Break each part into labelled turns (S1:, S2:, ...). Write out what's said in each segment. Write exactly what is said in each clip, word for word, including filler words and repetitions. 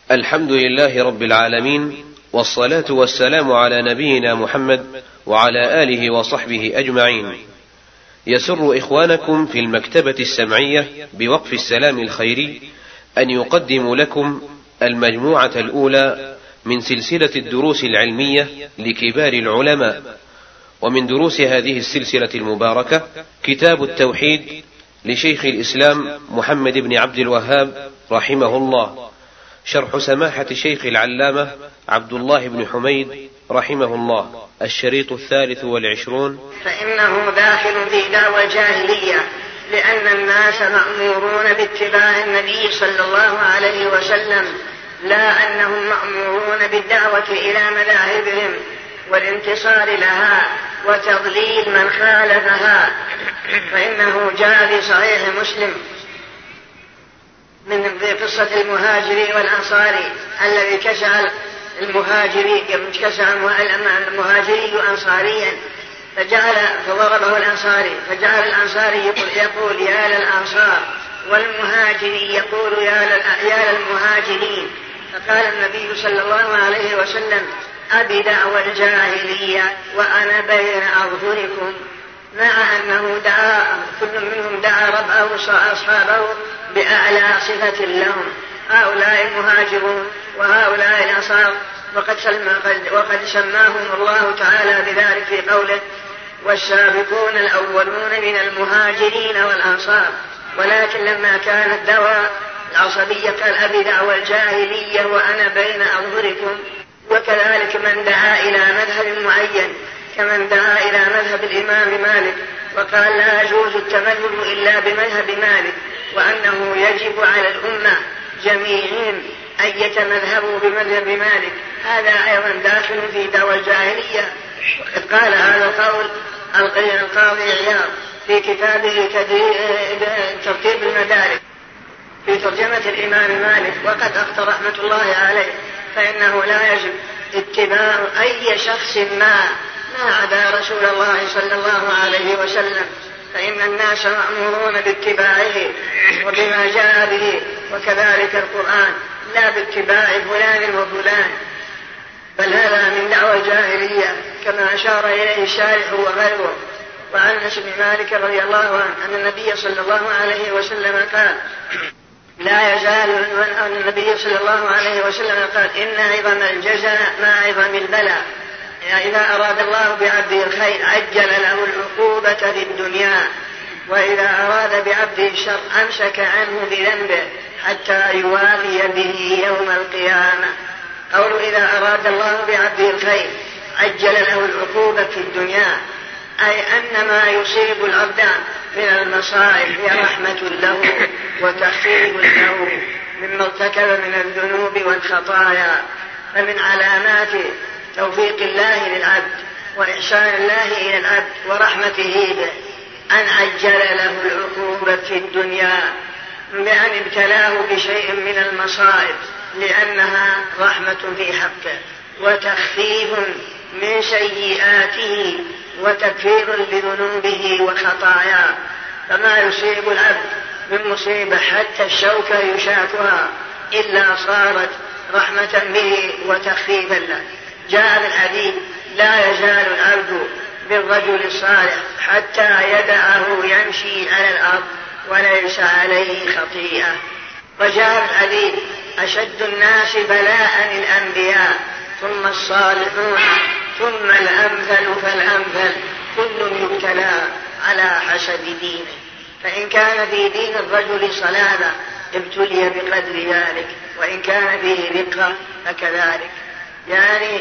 S1: الحمد لله رب العالمين، والصلاة والسلام على نبينا محمد وعلى آله وصحبه أجمعين. يسر إخوانكم في المكتبة السمعية بوقف السلام الخيري أن يقدم لكم المجموعة الأولى من سلسلة الدروس العلمية لكبار العلماء، ومن دروس هذه السلسلة المباركة كتاب التوحيد لشيخ الإسلام محمد بن عبد الوهاب رحمه الله، شرح سماحة الشيخ العلامة عبد الله بن حميد رحمه الله، الشريط الثالث والعشرون.
S2: فإنه داخل في دعوى الجاهلية، لأن الناس مأمورون باتباع النبي صلى الله عليه وسلم، لا أنهم مأمورون بالدعوة إلى مذاهبهم والانتصار لها وتضليل من خالفها. فإنه جاء في صحيح مسلم من قصة المهاجري والأنصاري الذي كسع المهاجري كسع المهاجري أنصاريا فجعل فضربه الأنصاري، فجعل الأنصاري يقول يا للأنصار، والمهاجري يقول يا للمهاجرين. فقال النبي صلى الله عليه وسلم: أبي دعوى الجاهلية وأنا بين أظهركم، مع أنه دعا كل منهم دعا ربه وأصحابه بأعلى صفة لهم، هؤلاء المهاجرون وهؤلاء الأنصار، وقد, وقد سماهم الله تعالى بذلك في قوله: والسابقون الأولون من المهاجرين والأنصار. ولكن لما كان الدعوى العصبية قال أبي دعوى الجاهلية وأنا بين أظهركم. وكذلك من دعا إلى مذهب معين كمن دعا إلى مذهب الإمام مالك وقال لا يجوز التمذهب إلا بمذهب مالك، وأنه يجب على الأمة جميعهم أن يتمذهبوا بمذهب مالك، هذا أيضا داخل في دعوى الجاهلية. وقد قال هذا القول القاضي عياض في كتابه ترتيب المدارك في ترجمة الإمام مالك، وقد أخطأ رحمة الله عليه، فإنه لا يجب اتباع أي شخص ما ما عدا رسول الله صلى الله عليه وسلم، فإن الناس مأمورون باتباعه وبما جاء به، وكذلك القرآن، لا باتباع فلان وفلان، بل هذا من دعوى الجاهلية كما أشار إليه الشارح وغيره. وعن أنس بن مالك رضي الله عنه أن النبي صلى الله عليه وسلم قال: لا يزال أن النبي صلى الله عليه وسلم قال: إن عظم الجزاء مع عظم البلاء، إذا أراد الله بعبده الخير عجل له العقوبة في الدنيا، وإذا أراد بعبده الشر أمسك عنه بذنبه حتى يوافي به يوم القيامة. قول إذا أراد الله بعبده الخير عجل له العقوبة في الدنيا، أي أن ما يصيب العبد من المصائب هي رحمة له وتخفيف له مما ارتكب من الذنوب والخطايا. فمن علامات توفيق الله للعبد وإحسان الله إلى العبد ورحمته به أن عجل له العقوبة في الدنيا بأن ابتلاه بشيء من المصائب، لأنها رحمة في حقه وتخفيف من سيئاته وتكفير لذنوبه وخطاياه. فما يصيب العبد من مصيبة حتى الشوكة يشاكها إلا صارت رحمة به وتخفيفا له. جاء بالحديث: لا يزال العبد بالرجل الصالح حتى يدعه يمشي على الأرض وليس عليه خطيئة. وجاء بالحديث: أشد الناس بلاء الأنبياء ثم الصالحون ثم الأمثل فالأمثل، كل يبتلى على حسب دينه. فإن كان في دين الرجل صلابة ابتلي بقدر ذلك، وإن كان فيه رقة فكذلك. يعني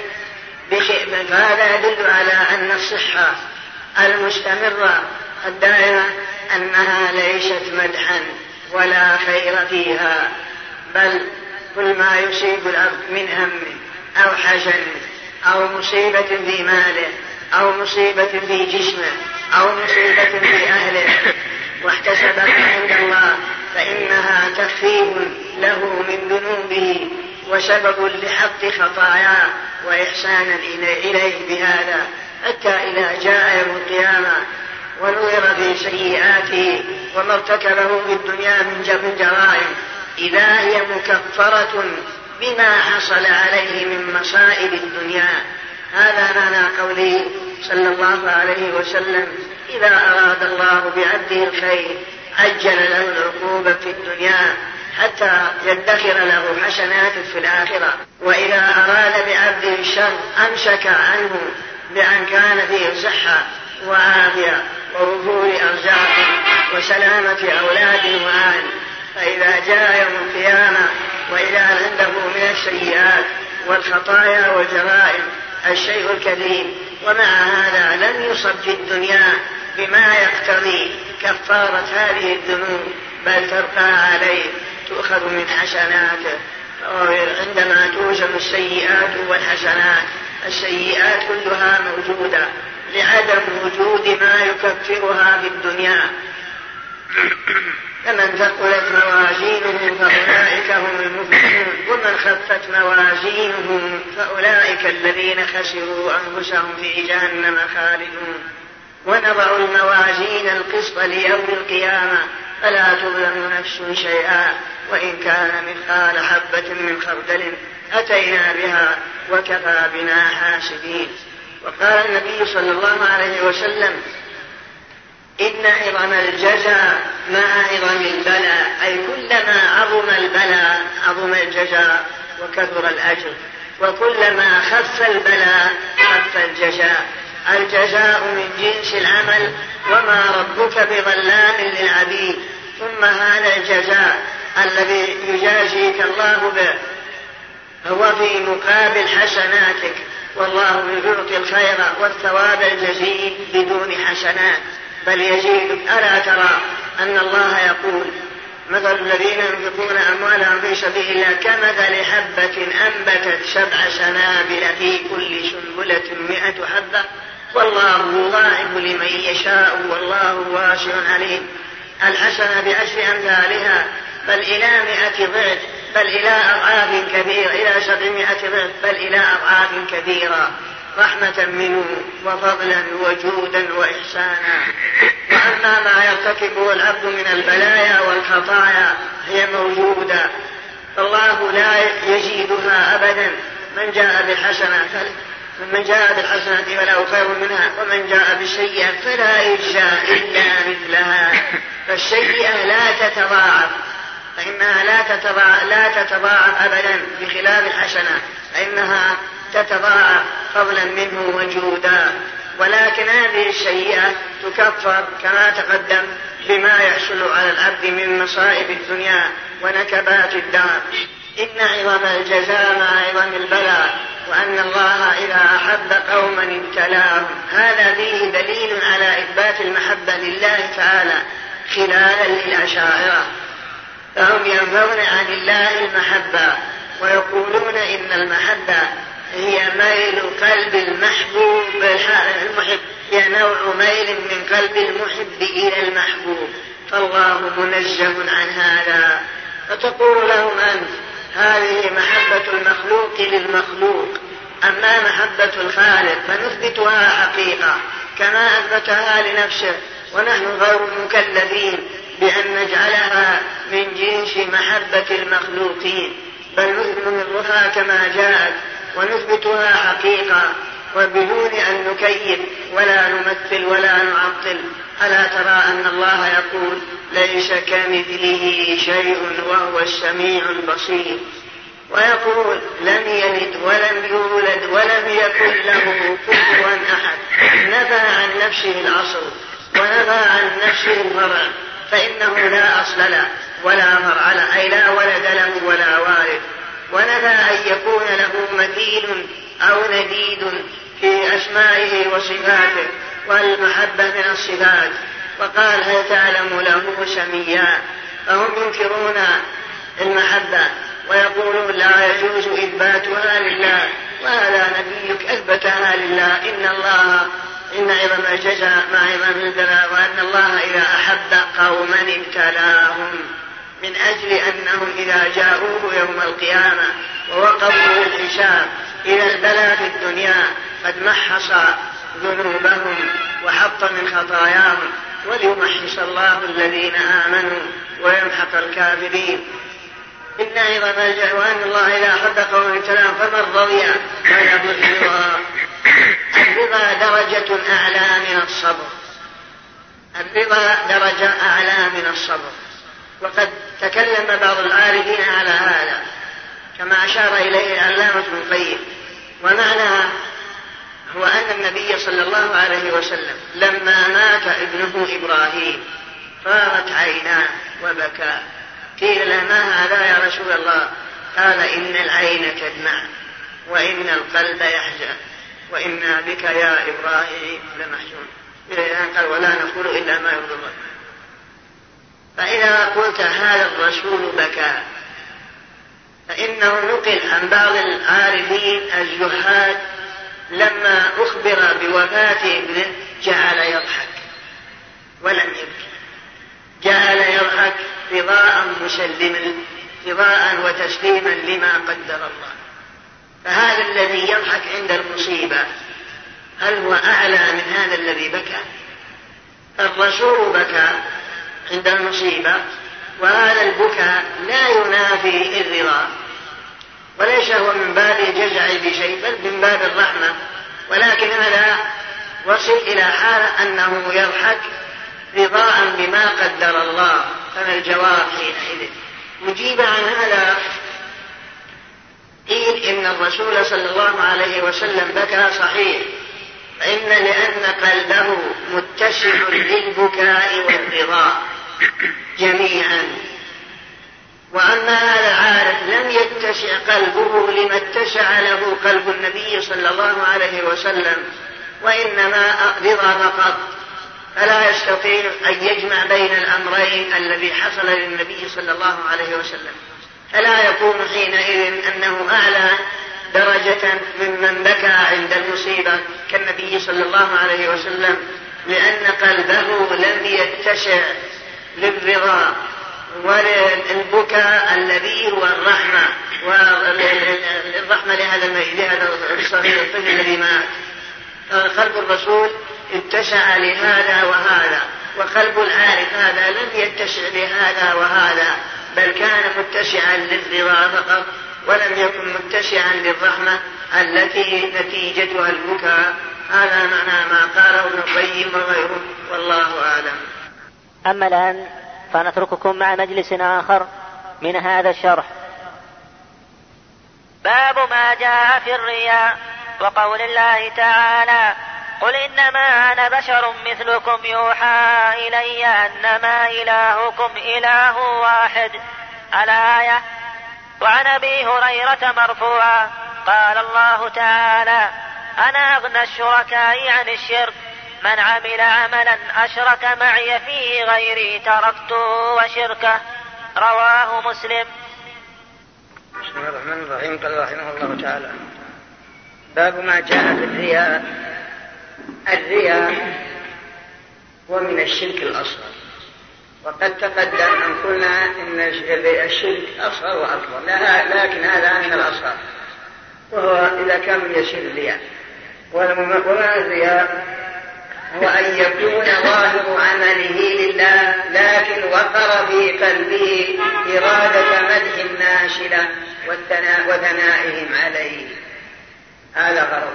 S2: هذا يدل على أن الصحة المستمرة الدائمة أنها ليست مدحا ولا خير فيها، بل كل ما يصيب العبد من هم أو حزن أو مصيبة في ماله أو مصيبة في جسمه أو مصيبة في أهله واحتسبها عند الله، فإنها تخفيف له من ذنوبه وسبب لحق خطاياه وإحسانا إليه بهذا، حتى إذا جاء يوم القيامة ونظر في سيئاته وما ارتكبه في الدنيا من جرائم إذا هي مكفرة بما حصل عليه من مصائب الدنيا. هذا معنى قوله صلى الله عليه وسلم: إذا أراد الله بعبده الخير عجل له العقوبة في الدنيا حتى يدخر له حسنات في الآخرة، وإذا أراد بعبده الشر أمسك عنه بأن كان فيه صحة وعافية ووفور أرزاق وسلامة أولاد وآل. فإذا جاء يوم القيامة وإذا عنده من السيئات والخطايا والجرائم الشيء الكثير، ومع هذا لم يصب في الدنيا بما يقتضي كفارة هذه الذنوب، بل ترقى عليه تؤخذ من حسناته. عندما توزن السيئات والحسنات، السيئات كلها موجودة لعدم وجود ما يكفرها في الدنيا. فمن ثقلت موازينه فأولئك هم المفلحون، ومن خفت موازينه فأولئك الذين خسروا أنفسهم في جهنم خالدون. ونضع الموازين القسط ليوم القيامة فلا تظلم نفس شيئا وإن كان مثقال حبة من خردل أتينا بها وكفى بنا حاسبين. وقال النبي صلى الله عليه وسلم: إن عظم الجزاء مع عظم البلاء، أي كلما عظم البلاء عظم الجزاء وكثر الأجر، وكلما خف البلاء خف الجزاء. الجزاء من جنس العمل وما ربك بظلام للعبيد. ثم هذا الجزاء الذي يجازيك الله به هو في مقابل حسناتك، والله يعطي الخير والثواب الجزيل بدون حسنات بل يزيدك. ألا ترى أن الله يقول: مثل الذين ينفقون أموالهم في سبيل الله كمثل حبة أنبتت سبع سنابل في كل سنبلة مئة حبة والله يضاعف لمن يشاء والله واسع عليم. الحسنة بعشر أمثالها بل إلى مئة ضعف، بل إلى أضعاف كبيرة، إلى سبعمائة ضعف، بل إلى أضعاف كبيرة، رحمة منه وفضلا وجودا وإحسانا. وأما ما يرتكبه العبد من البلايا والخطايا هي موجودة، فالله لا يزيدها أبدا. من جاء بالحسنة من جاء بالحسنة فله خير منها، ومن جاء بالسيئة فلا يجزى إلا مثلها. فالسيئة لا تتضاعف، فإنها لا تتضاعف, لا تتضاعف أبدا، بخلاف الحسنة فإنها تتضاعف فضلا منه وجودا. ولكن هذه السيئة تكفر كما تقدم بما يحصل على العبد من مصائب الدنيا ونكبات الدار. إن عظم الجزاء مع عظم البلاء، وأن الله إذا أحب قوما ابتلاهم. هذا فيه دليل على إثبات المحبة لله تعالى خلالا للأشاعرة، فهم ينفون عن الله المحبة ويقولون إن المحبة هي ميل قلب المحبوب المحب، هي نوع ميل من قلب المحب إلى المحبوب، فالله منزه عن هذا. فتقول لهم أنت: هذه محبة المخلوق للمخلوق، أما محبة الخالق فنثبتها حقيقة كما أثبتها لنفسه، ونحن غير مكلفين بأن نجعلها من جنس محبة المخلوقين، بل نثبتها كما جاءت ونثبتها حقيقة وبدون أن نكيف ولا نمثل ولا نعطل. ألا ترى أن الله يقول: ليس كمثله شيء وهو السميع البصير، ويقول: لم يلد ولم يولد ولم يكن له كفوا أحد. نفى عن نفسه الأصل ونفى عن نفسه الفرع، فإنه لا أصل له ولا فرع له، أي لا ولد له ولا والد. ونفى أن يكون له مثيل أو نديد في أسمائه وصفاته، والمحبة من الصفات. وقال: هل تعلم له سميا؟ فهم ينكرون المحبة ويقولون لا يجوز إثباتها لله، وهذا نبيك أثبتها لله. إن الله إن عظم الجزاء مع عظم البلاء، وأن الله إذا أحب قوما ابتلاهم، من أجل أنهم إذا جاءوه يوم القيامة ووقفوا الحساب إلى البلاء في الدنيا قد محص ذنوبهم وحط من خطاياهم، وليمحص الله الذين آمنوا ويمحق الكافرين. إن عظم الجزاء وأن الله إذا أحب قوم ابتلاهم فمن رضي فله الرضا. الرضا درجة أعلى من الصبر، الرضا درجة أعلى من الصبر، وقد تكلم بعض العارفين على هذا كما أشار إليه العلامة ابن القيم. ومعنى هو أن النبي صلى الله عليه وسلم لما مات ابنه إبراهيم فارت عيناه وبكى، قيل له ما هذا يا رسول الله؟ قال إن العين تدمع وإن القلب يحزن وإنا بك يا إبراهيم لمحزون. قال ولا نقول إلا ما يرضي الله. فإذا قلت هذا الرسول بكى، فإنه نقل عن بعض العارفين الزهاد لما أخبر بوفاة ابنه جعل يضحك ولم يبكي، جعل يضحك رضاء مسلما رضاء وتسليما لما قدر الله. فهذا الذي يضحك عند المصيبة هل هو أعلى من هذا الذي بكى؟ الرسول بكى عند المصيبة، وهذا البكاء لا ينافي الرضا، وليس هو من باب الجزع بشيء بل من باب الرحمة، ولكن هذا وصل إلى حالة أنه يضحك رضاء بما قدر الله. فما الجواب حينئذ؟ مجيب عن هذا قيل إن الرسول صلى الله عليه وسلم بكى صحيح، فإن لأن قلبه متسع للبكاء والرضا جميعا، وأما هذا العارف لم يتسع قلبه لما اتسع له قلب النبي صلى الله عليه وسلم، وإنما رضا فقط، فلا يستطيع أن يجمع بين الأمرين الذي حصل للنبي صلى الله عليه وسلم، فلا يكون حينئذ أنه أعلى درجة ممن بكى عند المصيبة كالنبي صلى الله عليه وسلم، لأن قلبه لم يتسع للرضا وللبكاء الذي هو الرحمة، والرحمة لهذا الصغير الطفل الذي مات. قلب الرسول اتسع لهذا وهذا، وقلب العارف هذا لم يتسع لهذا وهذا، بل كان متسعا للرضا فقط، ولم يكن متسعا للرحمة التي نتيجتها البكاء. هذا معنى ما قاله ابن القيم وغيره، والله أعلم.
S3: أما الآن فنترككم مع مجلس آخر من هذا الشرح. باب ما جاء في الرياء وقول الله تعالى قل إنما أنا بشر مثلكم يوحى إلي أنما إلهكم إله واحد الآية. وعن أبي هريرة مرفوعا قال الله تعالى أنا أغنى الشركاء عن الشرك من عمل عملا أشرك معي فيه غيري تركته وشركه. رواه مسلم.
S2: بسم الله الرحمن الرحيم. قال رحمه الله تعالى باب ما جاء في الرياء. الرياء هو من الشرك الأصغر، وقد تقدم أن قلنا إن الشرك أصغر وأكبر، لكن هذا من الأصغر، وهو إذا كان من يسير الرياء. وما الرياء هو أن يكون ظاهر عمله لله لكن وقر في قلبه إرادة مدح الناس له وثنائهم عليه، هذا غرض.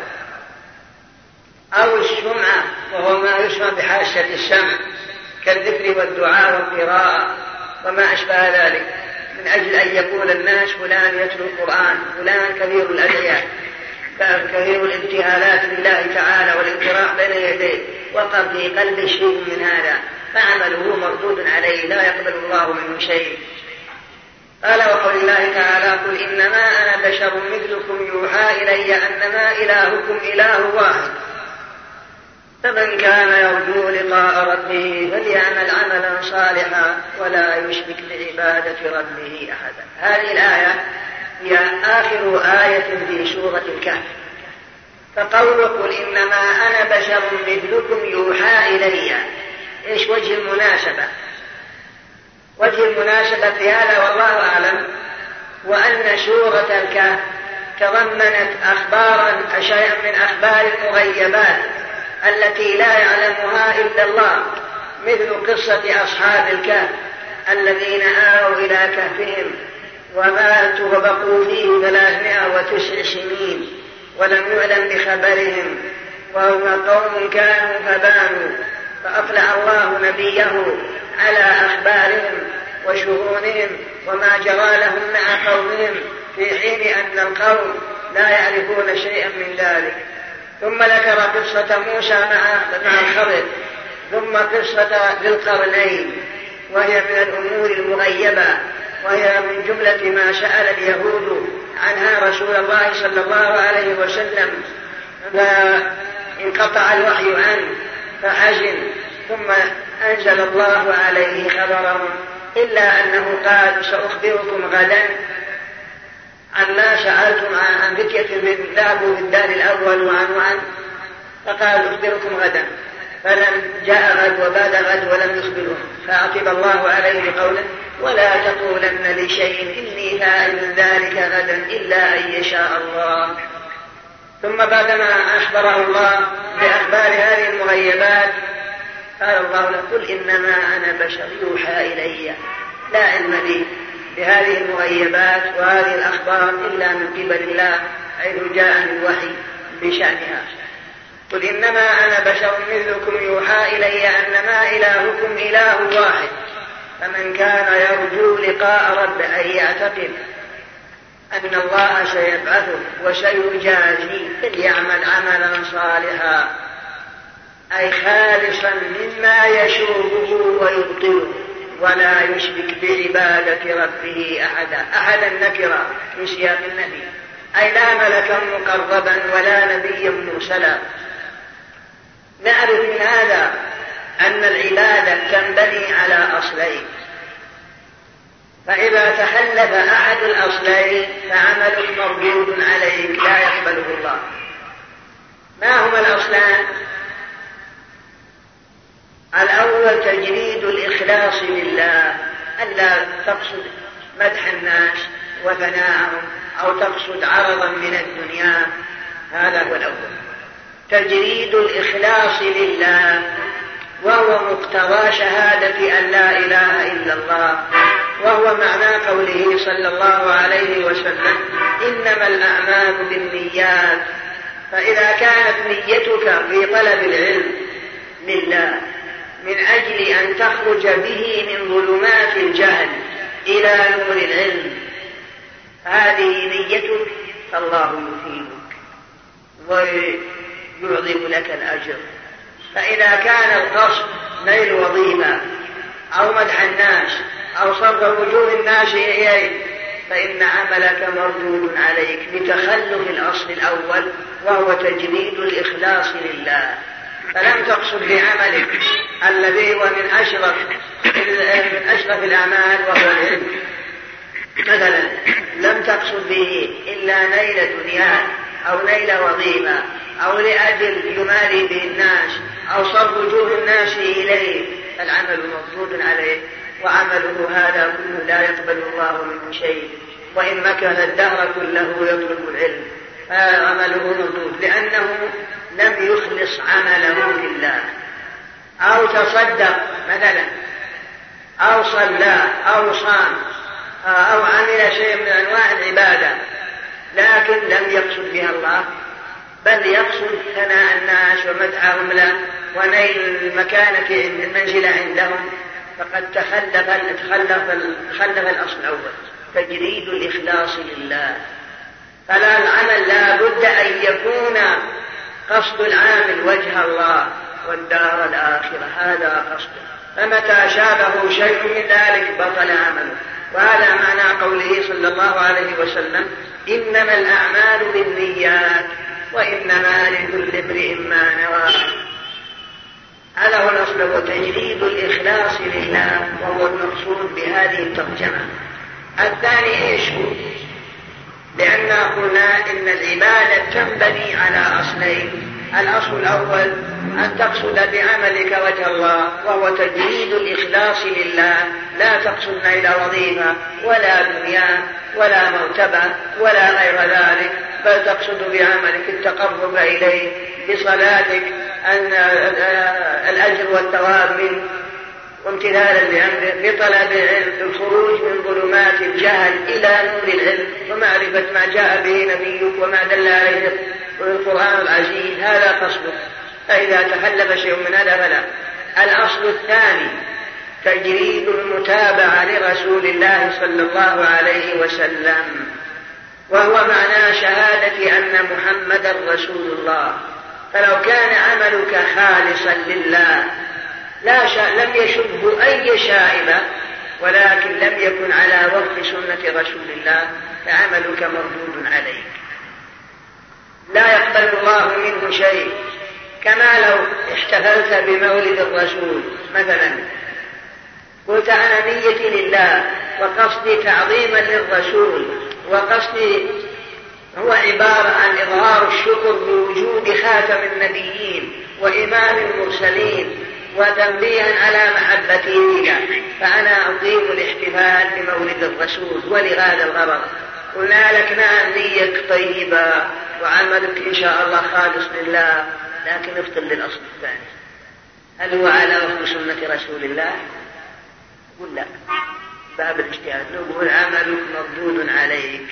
S2: أو السمعة وهو ما يسمى بحاسة السمع كالذكر والدعاء والقراءة وما أشبه ذلك، من أجل أن يقول الناس فلان يتلو القرآن، فلان كثير الأدعية، كثير الابتهالات لله تعالى والانقراء بين يديه، وقر في قلب شيء من هذا فعمله مردود عليه لا يقبل الله منه شيء. قال وقول الله تعالى قل إنما أنا بشر مثلكم يوحى إلي أنما إلهكم إله واحد فمن كان يرجو لقاء ربه فليعمل عملا صالحا ولا يشرك بعبادة ربه أحدا. هذه الآية هي آخر آية في سورة الكهف. فقول قل إنما أنا بشر مثلكم يوحى إلي، إيش وجه المناسبة؟ وجه المناسبة في هذا والله أعلم، وأن سورة الكهف تضمنت أخبارا شيئا من أخبار المغيبات التي لا يعلمها إلا الله، مثل قصة أصحاب الكهف الذين آووا إلى كهفهم وماتوا وبقوا فيه ثلاثمائة وتسع سنين ولم يعلم بخبرهم، وهم قوم كانوا فبانوا، فأطلع الله نبيه على أخبارهم وشؤونهم وما جرى لهم مع قومهم في حين أن القوم لا يعرفون شيئا من ذلك. ثم ذكر قصة موسى مع الخضر، ثم قصة ذي القرنين، وهي من الأمور المغيبة، وهي من جملة ما سأل اليهود عنها رسول الله صلى الله عليه وسلم، فانقطع الوحي عنه فحزن، ثم أنزل الله عليه خبرهم، إلا أنه قال سأخبركم غدا عما سألتم عن فتية من ذهبوا في الدار الأول وعن وعن، فقال أخبركم غدا، فلم جاء غد وبعد غد ولم يخبرهم، فعتب الله عليه بقوله ولا تقولن لشيء إني فاعل ذلك غدا إلا أن يشاء الله. ثم بعدما أخبره الله بأخبار هذه المغيبات قال الله له قل إنما أنا بشر يوحى إلي، لا علم لي بهذه المغيبات وهذه الأخبار إلا من قبل الله حيث جاءني الوحي بشأنها. قل إنما أنا بشر مثلكم يوحى إلي أنما إلهكم إله واحد، فمن كان يرجو لقاء رب أن يعتقد أن الله سيبعثه وسيجازي فليعمل عملا صالحا، أي خالصا مما يشوبه ويبطله، ولا يشرك بعبادة ربه أحدا. أحدا نكرة في سياق النبي، أي لا ملكا مقربا ولا نبيا مرسلا. نعرف من هذا أن العبادة تنبني على أصلين، فإذا تخلف أحد الأصلين فعملك مردود عليك لا يقبله الله. ما هما الأصلان؟ الأول تجريد الإخلاص لله، ألا تقصد مدح الناس وثناءهم أو تقصد عرضا من الدنيا، هذا هو الأول، تجريد الإخلاص لله، وهو مقتضى شهادة أن لا إله إلا الله، وهو معنى قوله صلى الله عليه وسلم إنما الأعمال بالنيات. فإذا كانت نيتك في طلب العلم لله من أجل أن تخرج به من ظلمات الجهل إلى نور العلم، هذه نيتك، فالله يثيبك ويعظم لك الأجر. فإذا كان القصد نيل وظيفة أو مدح الناس أو صرف وجوه الناس إليك فإن عملك مردود عليك لتخلف الأصل الأول وهو تجريد الإخلاص لله. فلم تقصد بعملك الذي هو من أشرف من أشرف الأعمال وهو العلم، مثلا لم تقصد به إلا نيل دنيا أو نيل وظيفة أو لأجل يماري به الناس أو صرف وجوه الناس إليه، فالعمل مردود عليه، وعمله هذا كله لا يقبل الله منه شيء، وإن مكث الدهر كله يطلب العلم فعمله مردود، لأنه لم يخلص عمله لله. أو تصدق مثلا أو صلى أو صام أو عمل شيء من أنواع العبادة لكن لم يقصد بها الله، بل يقصد ثناء الناس ومدحهم له ونيل المكانة المنزلة عندهم، فقد تخلف تخلف الأصل الأول تجريد الإخلاص لله. فلا العمل لا بد أن يكون قصد العامل وجه الله والدار الآخرة، هذا قصده، فمتى شابه شيء من ذلك بطل عمله. وهذا معنى قوله صلى الله عليه وسلم إنما الأعمال بالنيات وإنما لكل امرئ ما نوى. هذا هو الأصل، وتجريد الإخلاص لله، وهو المقصود بهذه الترجمة. الثاني إيش هو؟ لأننا قلنا إن العبادة تنبني على أصلين، الأصل الأول أن تقصد بعملك وجه الله وهو تجريد الإخلاص لله، لا تقصد نيل وظيفة ولا دنيا ولا مرتبة ولا غير ذلك، بل تقصد بعملك التقرب إليه بصلاتك أن الأجر والثواب منه وامتثالا لأمره بطلب العلم، الخروج من ظلمات الجهل إلى نور العلم ومعرفة ما جاء به نبيك وما دل عليه القرآن العزيز، هذا قصده. فإذا تخلف شيء من هذا فلا. الأصل الثاني تجريد المتابعة لرسول الله صلى الله عليه وسلم، وهو معنى شهادة أن محمدا رسول الله. فلو كان عملك خالصا لله لا شا... لم يشبه أي شائبة، ولكن لم يكن على وفق سنة رسول الله، فعملك مردود عليك، لا يقبل الله منه شيء. كما لو احتفلت بمولد الرسول مثلا، قلت أنا نيتي لله وقصدي تعظيما للرسول، وقصدي هو عبارة عن إظهار الشكر بوجود خاتم النبيين وإمام المرسلين وتنبيها على محبته له، فأنا أقيم الاحتفال بمولد الرسول ولهذا الغرض. قلنا لك نعم نيتك طيبة وعملك إن شاء الله خالص لله، لكن افتر للأصل الثاني، هل هو على وفق سنة رسول الله؟ قل لا، باب الاجتهاد نقول عملك مردود عليك،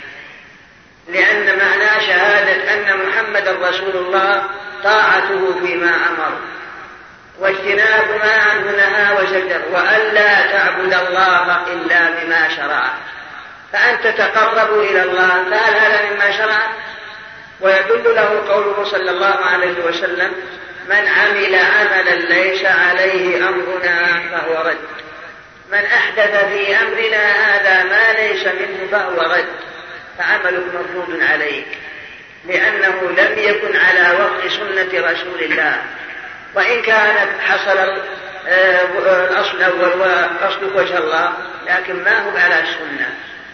S2: لأن معنى شهادة أن محمد رسول الله طاعته فيما أمر واجتناب ما عنه نهى وزجر، وألا تعبد الله إلا بما شرع. فأنت تقرب إلى الله، فهل هذا مما شرع؟ ويدل له قوله صلى الله عليه وسلم: من عمل عملا ليس عليه أمرنا فهو رد. من أحدث في أمرنا هذا ما ليس منه فهو رد. فعملك مردود عليك، لأنه لم يكن على وفق سنة رسول الله. وإن كانت حصل الأصل الأول وقصدك وجه الله، لكن ما هو على السنة،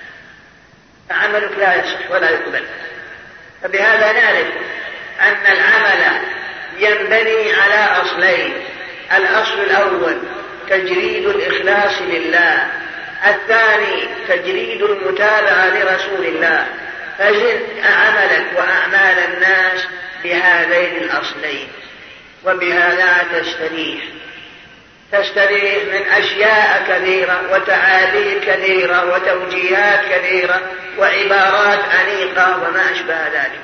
S2: فعملك لا يصح ولا يقبل. فبهذا نعرف أن العمل ينبني على أصلين: الأصل الأول تجريد الإخلاص لله، الثاني تجريد المتابعة لرسول الله. فزد عملك وأعمال الناس بهذين الأصلين، وبهذا تستريح تستريح من أشياء كثيرة وتعاليم كثيرة وتوجيهات كثيرة وعبارات أنيقة وما أشبه ذلك.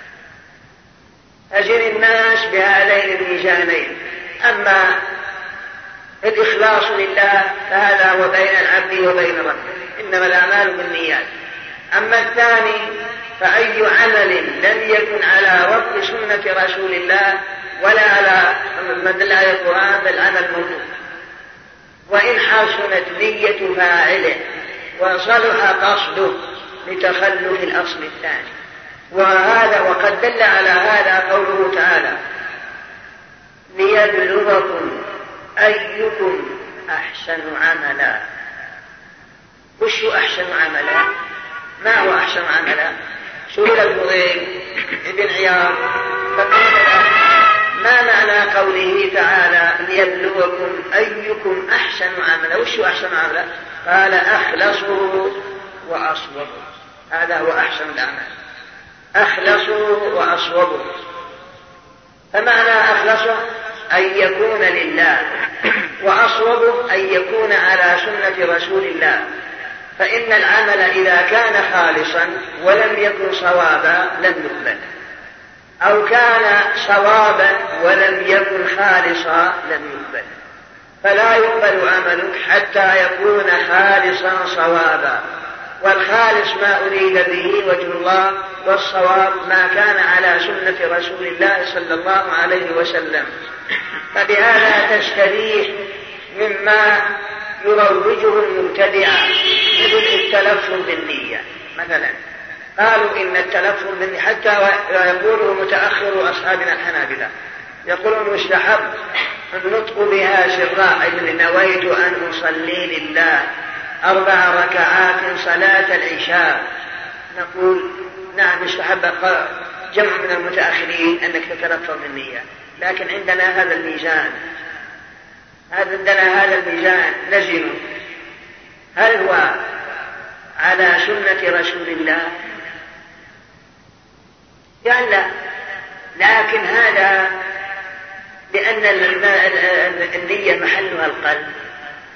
S2: أجر الناس بهذين الميزانين. أما الإخلاص لله فهذا هو بين العبد وبين ربه، إنما الأعمال بالنيات. أما الثاني فأي عمل لم يكن على وفق سنة رسول الله ولا على مدل على القرآن فالعمل موجود، وإن حسنت نية فاعله وصلح قصده لتخلف الأصل الثاني. وهذا وقد دل على هذا قوله تعالى: ليبلغكم أيكم أحسن عملا. وش هو أحسن عملا؟ ما هو أحسن عملا؟ سئل الفضيل ابن عياض فقال: ما معنى قوله تعالى ليبلغكم أيكم أحسن عملا؟ وش هو أحسن عملا؟ قال: أخلصوا وأصوبوا. هذا هو أحسن الأعمال، أخلصوا وأصوبوا. فمعنى أخلصوا أن يكون لله، وأصوبوا أن يكون على سنة رسول الله. فإن العمل إذا كان خالصا ولم يكن صوابا لم يقبل، أو كان صوابا ولم يكن خالصا لم يقبل. فلا يقبل عملك حتى يكون خالصا صوابا، والخالص ما أريد به وجه الله، والصواب ما كان على سنة رسول الله صلى الله عليه وسلم. فبهذا تستريح مما يروجه المبتدعة مثل التلفظ بالنية. مثلا قالوا إن التلفظ بالنية حتى يقوله متأخر أصحابنا الحنابلة، يقولون مستحب النطق بها سرا، أي نويت أن أصلي لله أربع ركعات صلاة العشاء. نقول نعم مستحب جمع من المتأخرين أنك تتلفظ بالنية، لكن عندنا هذا الميزان هذا عندنا هذا الميزان نزنه، هل هو على سنة رسول الله؟ يعني لا، لكن هذا لأن النية محلها القلب،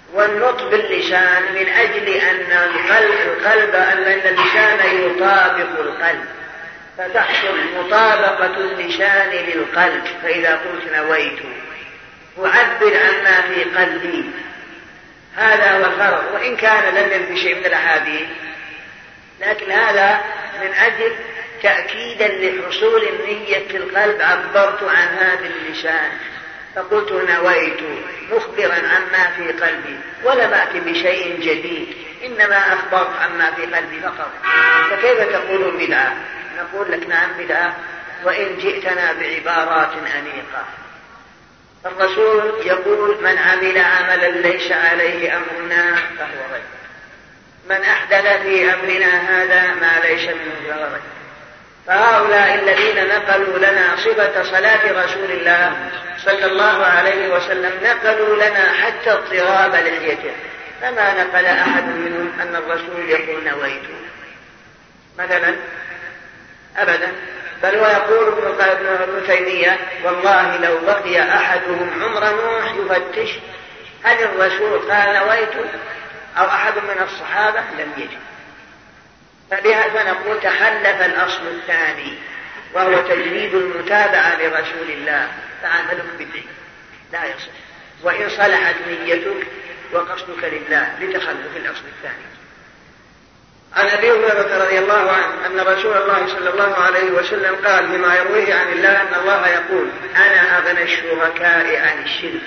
S2: والنطق باللسان من أجل أن القلب, القلب أن اللسان يطابق القلب، فتحصل مطابقة اللسان للقلب. فإذا قلت نويت أعبر عما في قلبي، هذا هو الفرق. وإن كان لم ينفي شيء من الأحاديث، لكن هذا من أجل تأكيدا لحصول النية في القلب عبرت عن هذا اللسان، فقلت نويت مخبرا عما في قلبي، ولم أتي بشيء جديد، إنما أخبرت عما في قلبي فقط. فكيف تقول بدعة؟ نقول لك نعم بدعة، وإن جئتنا بعبارات أنيقة. الرسول يقول من عمل عملا ليس عليه أمرنا فهو رد، من أحدث في أمرنا هذا ما ليس منه فهو رد. فهؤلاء الذين نقلوا لنا صفة صلاة رسول الله صلى الله عليه وسلم نقلوا لنا حتى اضطراب لحيته، فما نقل أحد منهم أن الرسول يقول نويت مثلا أبدا. بل ويقول ابن تيمية والله لو بقي أحدهم عمر نوح يفتش هل الرسول قال نويت أو أحد من الصحابة، لم يجد. فبهذا نقول تخلف الأصل الثاني وهو تجريد المتابعة لرسول الله، فعملك بدعي لا يصح، وإن صلحت نيتك وقصدك لله لتخلف الأصل الثاني. عن أبي هريرة رضي الله عنه أن رسول الله صلى الله عليه وسلم قال بما يرويه عن الله أن الله يقول أنا أغنى الشركاء عن الشرك،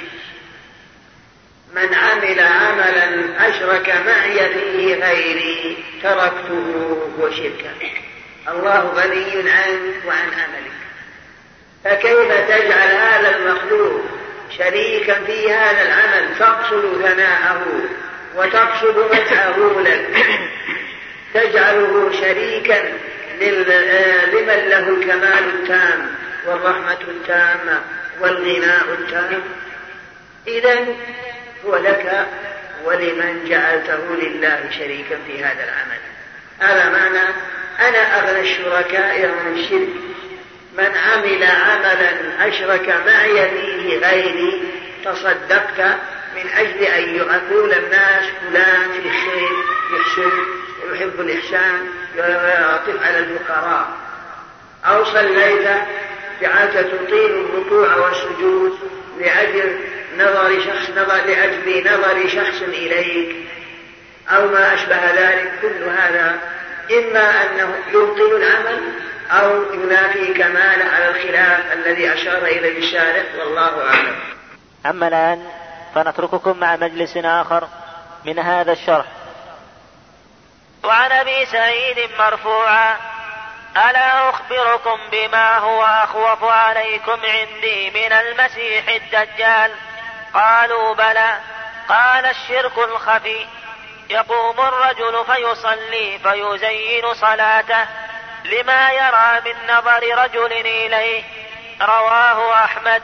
S2: من عمل عملا أشرك معي فيه غيري تركته وشركه. الله غني عنك وعن عملك، فكيف تجعل هذا المخلوق شريكا في هذا العمل تقصد ثناءه وتقصد مدحه لك، تجعله شريكا لمن له الكمال التام والرحمة التامة والغناء التام. إذن هو لك ولمن جعلته لله شريكا في هذا العمل. هذا معنى أنا أغنى الشركاء عن الشرك، من عمل عملا أشرك معي فيه غيري تصدقت من أجل أن يقول الناس فلان في الخير يحسن ويحب الإحسان ويعطف على الفقراء، أو صليت جعلت تطيل الركوع والسجود لأجل نظر شخص نظر لأجل نظر شخص إليك أو ما أشبه ذلك. كل هذا إما أنه يبطل العمل أو ينافي كماله على الخلاف الذي أشار إليه الشارع، والله أعلم.
S3: أما الآن فنترككم مع مجلس آخر من هذا الشرح. وعن أبي سعيد مرفوعا ألا أخبركم بما هو أخوف عليكم عندي من المسيح الدجال؟ قالوا بلى. قال الشرك الخفي، يقوم الرجل فيصلي فيزين صلاته لما يرى من نظر رجل إليه. رواه أحمد.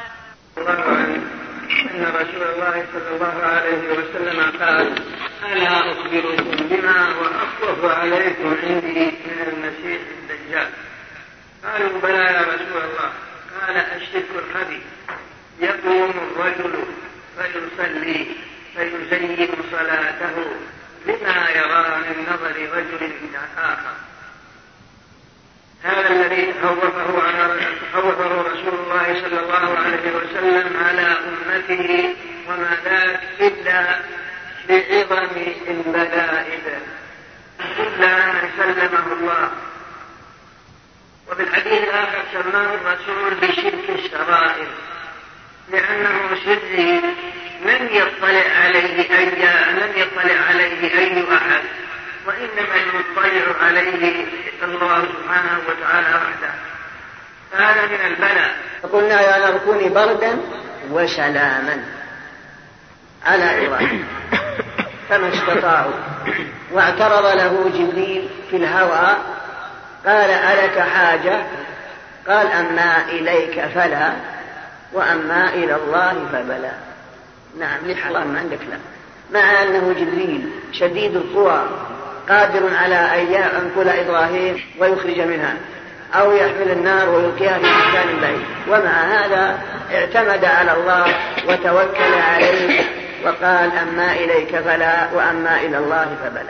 S2: أن رسول الله صلى الله عليه وسلم قال ألا أخبركم بما هو أخوف عليكم عندي من المسيح الدجال؟ قالوا بلى يا رسول الله. قال الشرك الخفي، يقوم الرجل فيصلي فيزين صلاته لما يرى من نظر رجل إلى آخر. هذا الذي خوفه خوفه رسول الله صلى الله عليه وسلم على أمته، وما ذاك إلا بعظم البلاء إلا من سلمه الله. وبالحديث الآخر سماه الرسول بشرك السرائر، لأنه سري من يطلع عليه أي لم يطلع عليه أي أحد، وإنما المطلع عليه الله سبحانه وتعالى وحده. هذا من البلاء. فقلنا يا نار كوني بردا وسلاما على إبراهيم، فما استطاعوا. واعترض له جبريل في الهوى قال ألك حاجة؟ قال أما إليك فلا وأما إلى الله فبلا. نعم لحظة ما عندك لا، مع أنه جبريل شديد القوى قادر على أن ينقل إبراهيم ويخرج منها أو يحمل النار ويلقيها في مكان بعيد، ومع هذا اعتمد على الله وتوكل عليه وقال أما إليك فلا وأما إلى الله فبلا.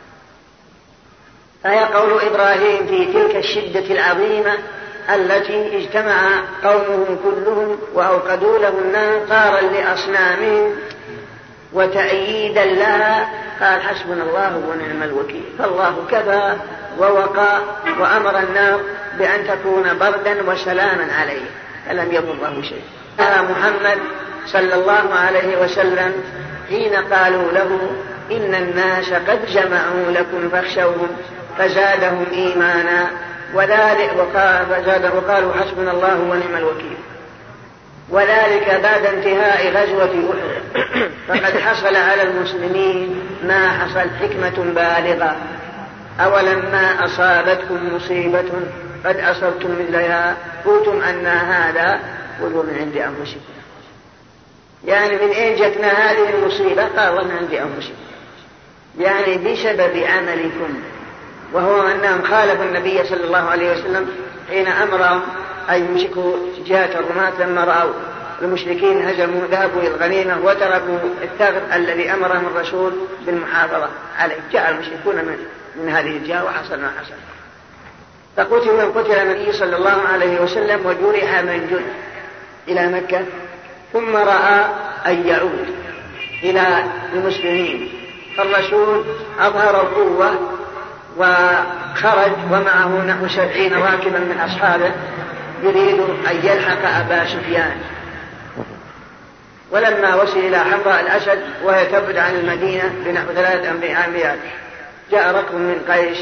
S2: فهي قول إبراهيم في تلك الشدة العظيمة التي اجتمع قومهم كلهم وأوقدوا له النار طارا لأصنامهم وتأييدا لها، قال حسبنا الله ونعم الوكيل. فالله كفى ووقى وأمر النار بأن تكون بردا وسلاما عليه فلم يضره شيء. محمد صلى الله عليه وسلم حين قالوا له إن الناس قد جمعوا لكم فاخشوهم فزادهم إيمانا وذلك وقالوا حسبنا الله ونعم الوكيل، وذلك بعد انتهاء غزوة أحد. فقد حصل على المسلمين ما حصل حكمة بالغة: أولما أصابتكم مصيبة قد أصبتم مثلها قلتم أن هذا قلوا من عند أنفسكم. يعني من أين جتنا هذه المصيبة؟ قالوا من عند أنفسكم، يعني بسبب عملكم، وهو أنهم خالفوا النبي صلى الله عليه وسلم حين أمرهم أن يمسكوا جهة الرماة لما رأوا المشركين هجموا ذهبوا إلى الغنيمة وتركوا الثغر الذي أمرهم الرسول بالمحافظة عليه. جاء المشركون من, من هذه الجهة وحصل ما حصل. فقتل من قتل النبي صلى الله عليه وسلم وجرح من جرح إلى مكة، ثم رأى أن يعود إلى المسلمين، فالرسول أظهر القوة وخرج ومعه نحو سبعين راكبا من أصحابه يريد أن يلحق أبا سفيان. ولما وصل إلى حمراء الأسد وهي تبعد عن المدينة بنحو ثلاثة أميال جاء ركب من قيش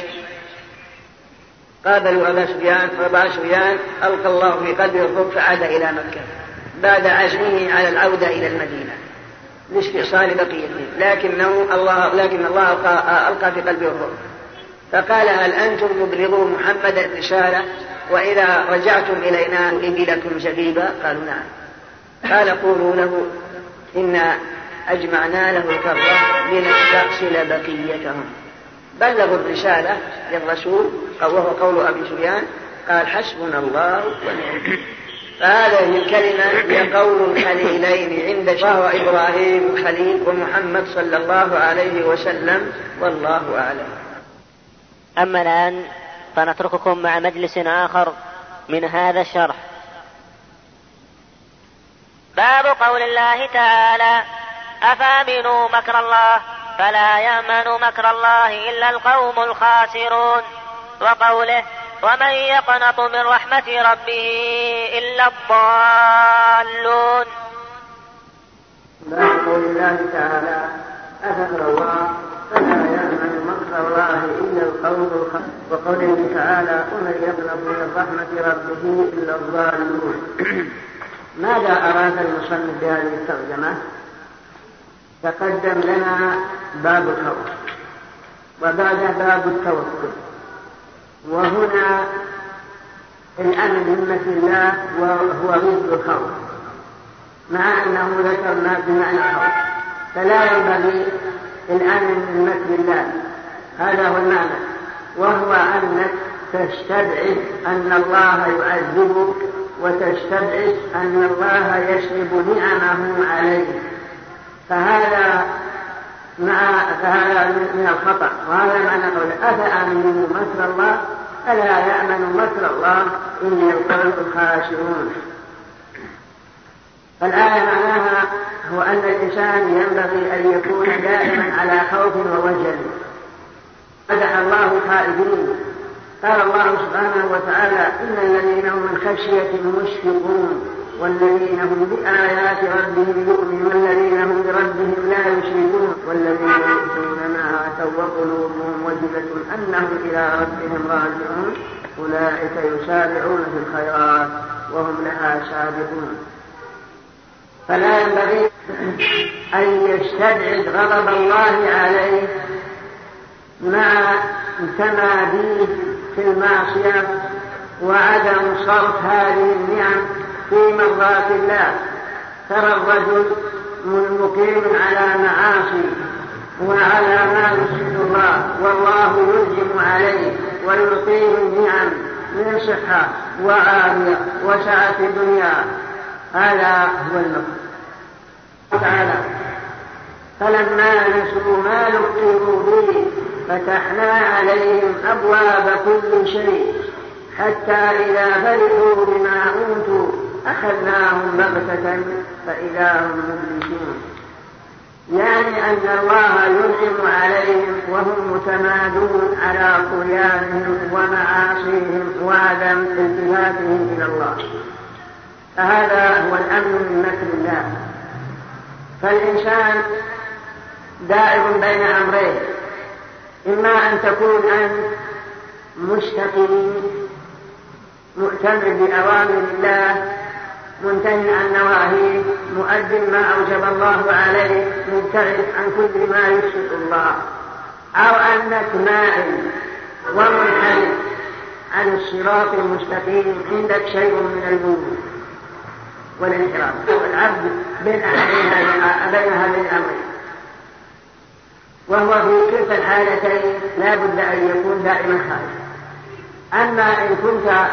S2: قابلوا أبا سفيان، وأبا سفيان ألقى الله في قلبه الرعب فعاد إلى مكة بعد عزمه على العودة إلى المدينة لاستئصال بقيته، لكنه الله لكن الله ألقى في قلبه الرعب فقال هل أنتم مبلغوا محمد الرسالة وإذا رجعتم إلينا نؤدي لكم زبيبا؟ قالوا نعم. قال قولوا له إن أجمعنا له الكرة لنستأصل بقيتهم. بلغوا الرسالة للرسول وهو قول أبي سفيان، قال حسبنا الله ونعم. فهذه الكلمة هي قول الخليلين عند وهو إبراهيم الخليل ومحمد صلى الله عليه وسلم، والله أعلم.
S3: أما الآن فنترككم مع مجلس آخر من هذا الشرح. باب قول الله تعالى أفأمنوا مكر الله فلا يأمن مكر الله إلا القوم الخاسرون، وقوله ومن يقنط من رحمة ربه إلا الضالون.
S2: باب قول الله تعالى أفأمن الله فلا يأمن مكر الله إلا القوم الخاسرون، وقوله تعالى ومن يقنط من رحمة ربه إلا الضالون. ماذا أراد المصنف بهذه الترجمة؟ تقدم لنا باب الخوف وبعده باب التوكل، وهنا الأمن من مكر الله وهو ضد الخوف، مع أنه ذكرنا بمعنى الخوف، فلا ينبغي الأمن من مكر الله، هذا هو المعنى، وهو أنك تستبعد أن الله يعذبك وتستبعد أن الله يسلب نعمه عليك، فهذا مع فهذا من الخطأ. وهذا معنى قوله أفأمنوا مكر الله ألا يأمن مكر الله إلا القوم الخاسرون. فالآية معناها هو أن الإنسان ينبغي أن يكون دائما على خوف ووجل. مدح الله الخائفين، قال الله سبحانه وتعالى إن الذين هم من خشية مشفقون والذين هم بآيات ربهم يؤمنون والذين هم بربهم لا يشركون والذين يؤتون ما آتوا وقلوبهم وجلة أنهم إلى ربهم راجعون أولئك يسارعون في الخيرات وهم لها سابقون. فلا ينبغي أن يستبعد غضب الله عليه مع تماديه في المعصية وعدم صرف هذه النعم في مرضات الله. ترى الرجل مقيم على معاصي وعلى ما يسخط الله والله يلزم عليه ويعطيه النعم من صحة وعافية وسعة الدنيا، هذا هو المقصود. تعالى فلما نسوا ما ذكروا به فتحنا عليهم أبواب كل شيء حتى إذا فرحوا بما أوتوا أخذناهم بغتة فإذا هم مبلسون. يعني أن الله ينعم عليهم وهم متمادون على طغيانهم ومعاصيهم وعدم التفاتهم إلى الله، فهذا هو الأمن من مكر الله. فالإنسان دائر بين أمرين، إما أن تكون أنت مستقيم مؤتمر بأوامر الله منتهي عن نواهيه مؤد ما أوجب الله عليه مبتعد عن كل ما يسخط الله، أو أنك مائل ومنحرف عن الصراط المستقيم عندك شيء من الميل والانحراف، والعبد بين هذين الأمرين، وهو في كلتا الحالتين لا بد أن يكون دائما خائفا. أما إن كنت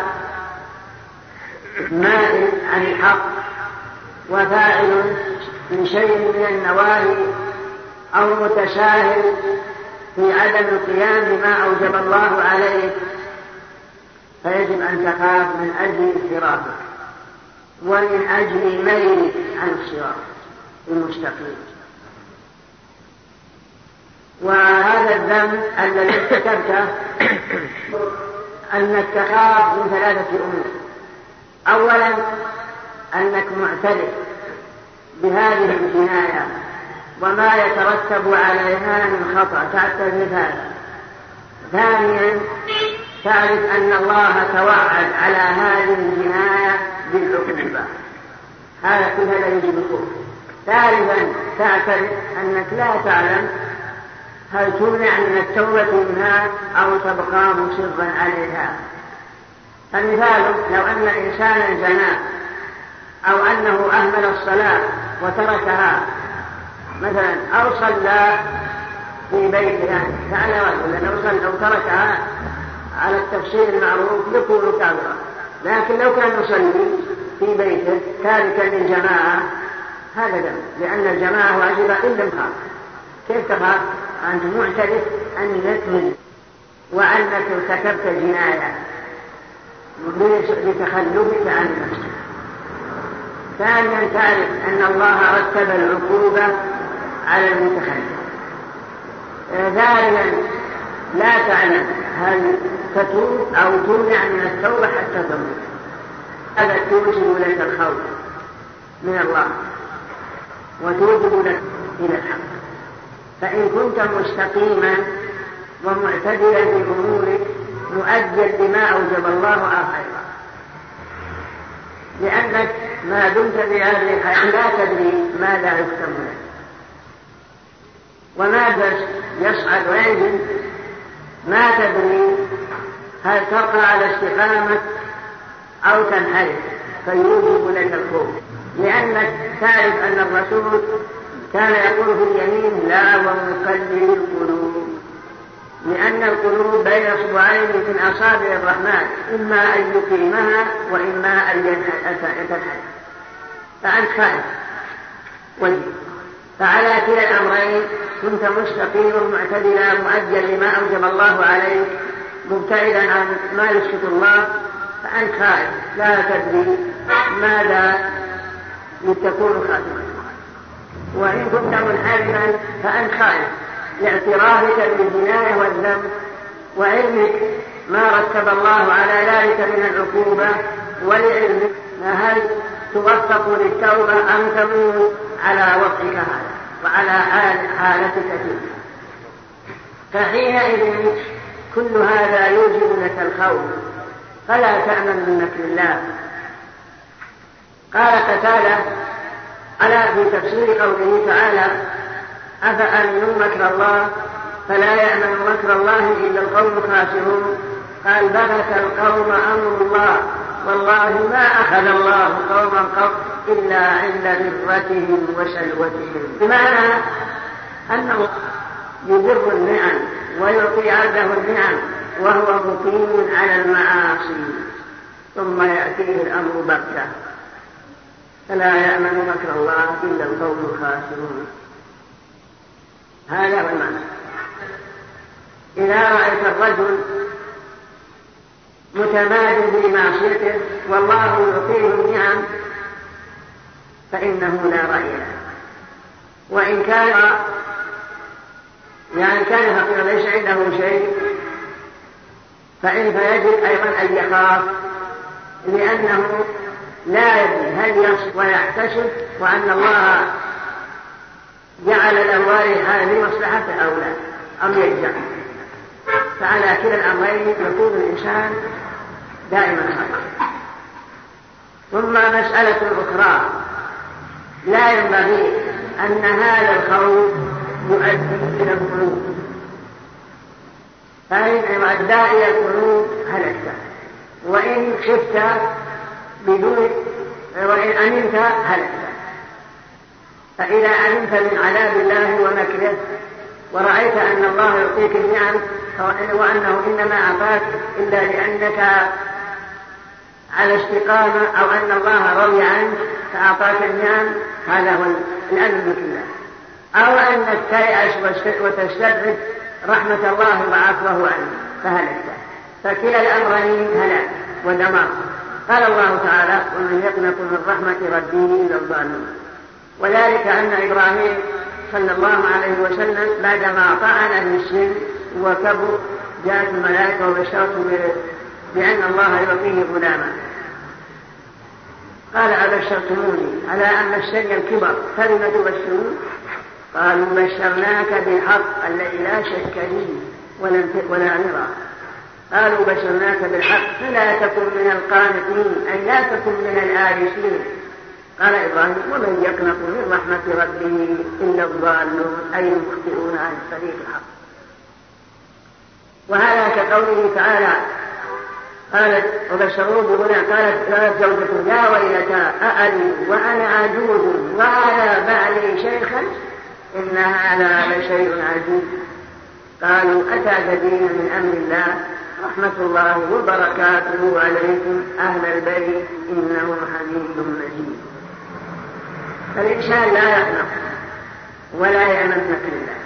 S2: مائل عن الحق وفاعل من شيء من النواهي أو متساهل في عدم القيام بما أوجب الله عليه، فيجب أن تخاف من أجل انحرافك ومن أجل ميلك عن الصراط المستقيم. وهذا الذنب الذي ارتكبته أنك تخاف من ثلاثة أمور. أولا أنك معترف بهذه الجناية وما يترتب عليها من خطأ تعترف هذا. ثانيا تعرف أن الله توعد على هذه الجناية بالعقوبة، هذا كل هذا يجب الخوف. ثالثا تعترف أنك لا تعلم هل تمنع من التوبة منها أو تبقى مصرا عليها. فمثال لو أن إنسانا زنى أو أنه أهمل الصلاة وتركها مثلا، أو صلى في بيته، يعني فعل رجلا لو صلى أو تركها على التفسير المعروف يكون كافرا، لكن لو كان يصلي في بيته تاركا للجماعة هذا دم، لأن الجماعة واجبة إلا الخاف. كيف تخاف؟ أنت معترف أنك مذنب وأنك ارتكبت جناية بتخلفك عن نفسك. ثانيا تعرف أن الله رتب العقوبة على المتخلف. ثالثا لا تعلم هل تتوب أو تمنع من التوبة حتى تموت. هذا توجب لك الخوف من الله وتوجب لك إلى الحق. فإن كنت مستقيما ومعتدلا في أمورك مؤجل بما أوجب الله آخرا، لأنك ما دمت بهذه الحياة لا تدري ماذا يكتب لك، وماذا يصعد وينزل ما تدري هل تبقى على استقامة أو تنحرف، فيوجب لك الخوف. لأنك تعرف أن الرسول كان يقول في اليمين لا ومقلب القلوب، لأن القلوب بين اصبعين من أصابع الرحمن، إما أن يقيمها وإما أن يتنحرف، فأنت خائف وجه. فعلى كلا الأمرين كنت مستقيم معتدلا مؤجل لما أوجب الله عليك مبتعدا عن ما يسخط الله، فأنت خائف لا تدري ماذا تكون خاتمة. وإن كنت منحرفا فأنت خائف لاعترافك بالجناية والذنب وعلمك ما رتب الله على ذلك من العقوبة، ولعلمك هل توفق للتوبة أم تموت على وضعك هذا وعلى حالتك فيه. فحينئذ كل هذا يوجب لك الخوف، فلا تأمن من مكر الله. قال قتادة ألا في تفسير قوله تعالى أفأمنوا مكر الله فلا يأمن مكر الله إلا القوم الخاسرون، قال بغت القوم أمر الله والله ما أخذ الله قوما قط إلا عند ذرتهم وسلوتهم، بمعنى أنه يذر النعم ويعطي عبده النعم وهو مقيم على المعاصي ثم يأتيه الأمر بغتة، فلا يأمن مكر الله إلا القوم الخاسرون. هذا هو المعنى. إذا رأيت الرجل متمادي بمعصيته والله يعطيه النعم فإنه لا رأي له، وإن كان يعني كان فقيرا ليس عنده شيء فإن فيجب أيضا أن يخاف، لأنه لا يدري هل يصبر ويحتسب وأن الله جعل الأموال هذه مصلحته أو لا أم يجزع. فعلى كلا الأمرين يكون الإنسان دائما خائفا. ثم مسألة أخرى، لا ينبغي أن هذا الخوف يؤدي إلى القنوط، فإن أدى إلى القنوط هلكت، وإن خفت بدون وإن أمنت هلكت. فإذا أمنت من عذاب الله ومكره ورأيت أن الله يعطيك النعم وأنه إنما أعطاك إلا لأنك على استقامة أو أن الله رضي عنك فأعطاك النعم، هذا هو الأمن بالله. أو أنك تيأس وتستبعد رحمة الله وعفوه عنك فهلكت. فكلا الأمرين هلاك ودمار. قال الله تعالى: ومن يقنط من رحمة ربه إلا الضالون. وذلك أن إبراهيم صلى الله عليه وسلم بعدما طعن بالسن وكبر جاءت الملائكة وبشرته بأن الله يعطيه غلاما، قال: أبشرتموني على أن السن الكبر فلم تبشرون؟ قالوا: بشرناك بالحق الذي لا شك فيه ولا نرى. قالوا: بشرناك بالحق فلا تكن من القانطين أي لا تكن من الآيسين. قال إبراهيم: ومن يقنط من رحمة ربه إلا الضالون أي المخطئون عن طريق الحق. وهذا كقوله تعالى: قالت وبشروه بغلام، قالت قالت زوجته: يا ويلتى أألد وأنا عجوز وأنا بعلي شيخا إن هذا لشيء عجيب. قالوا: أتعجبين من أمر الله رحمة الله وبركاته عليكم أهل البيت إنه حميد مجيد. فالإنسان لا يقنط ولا يأمن مكر الله،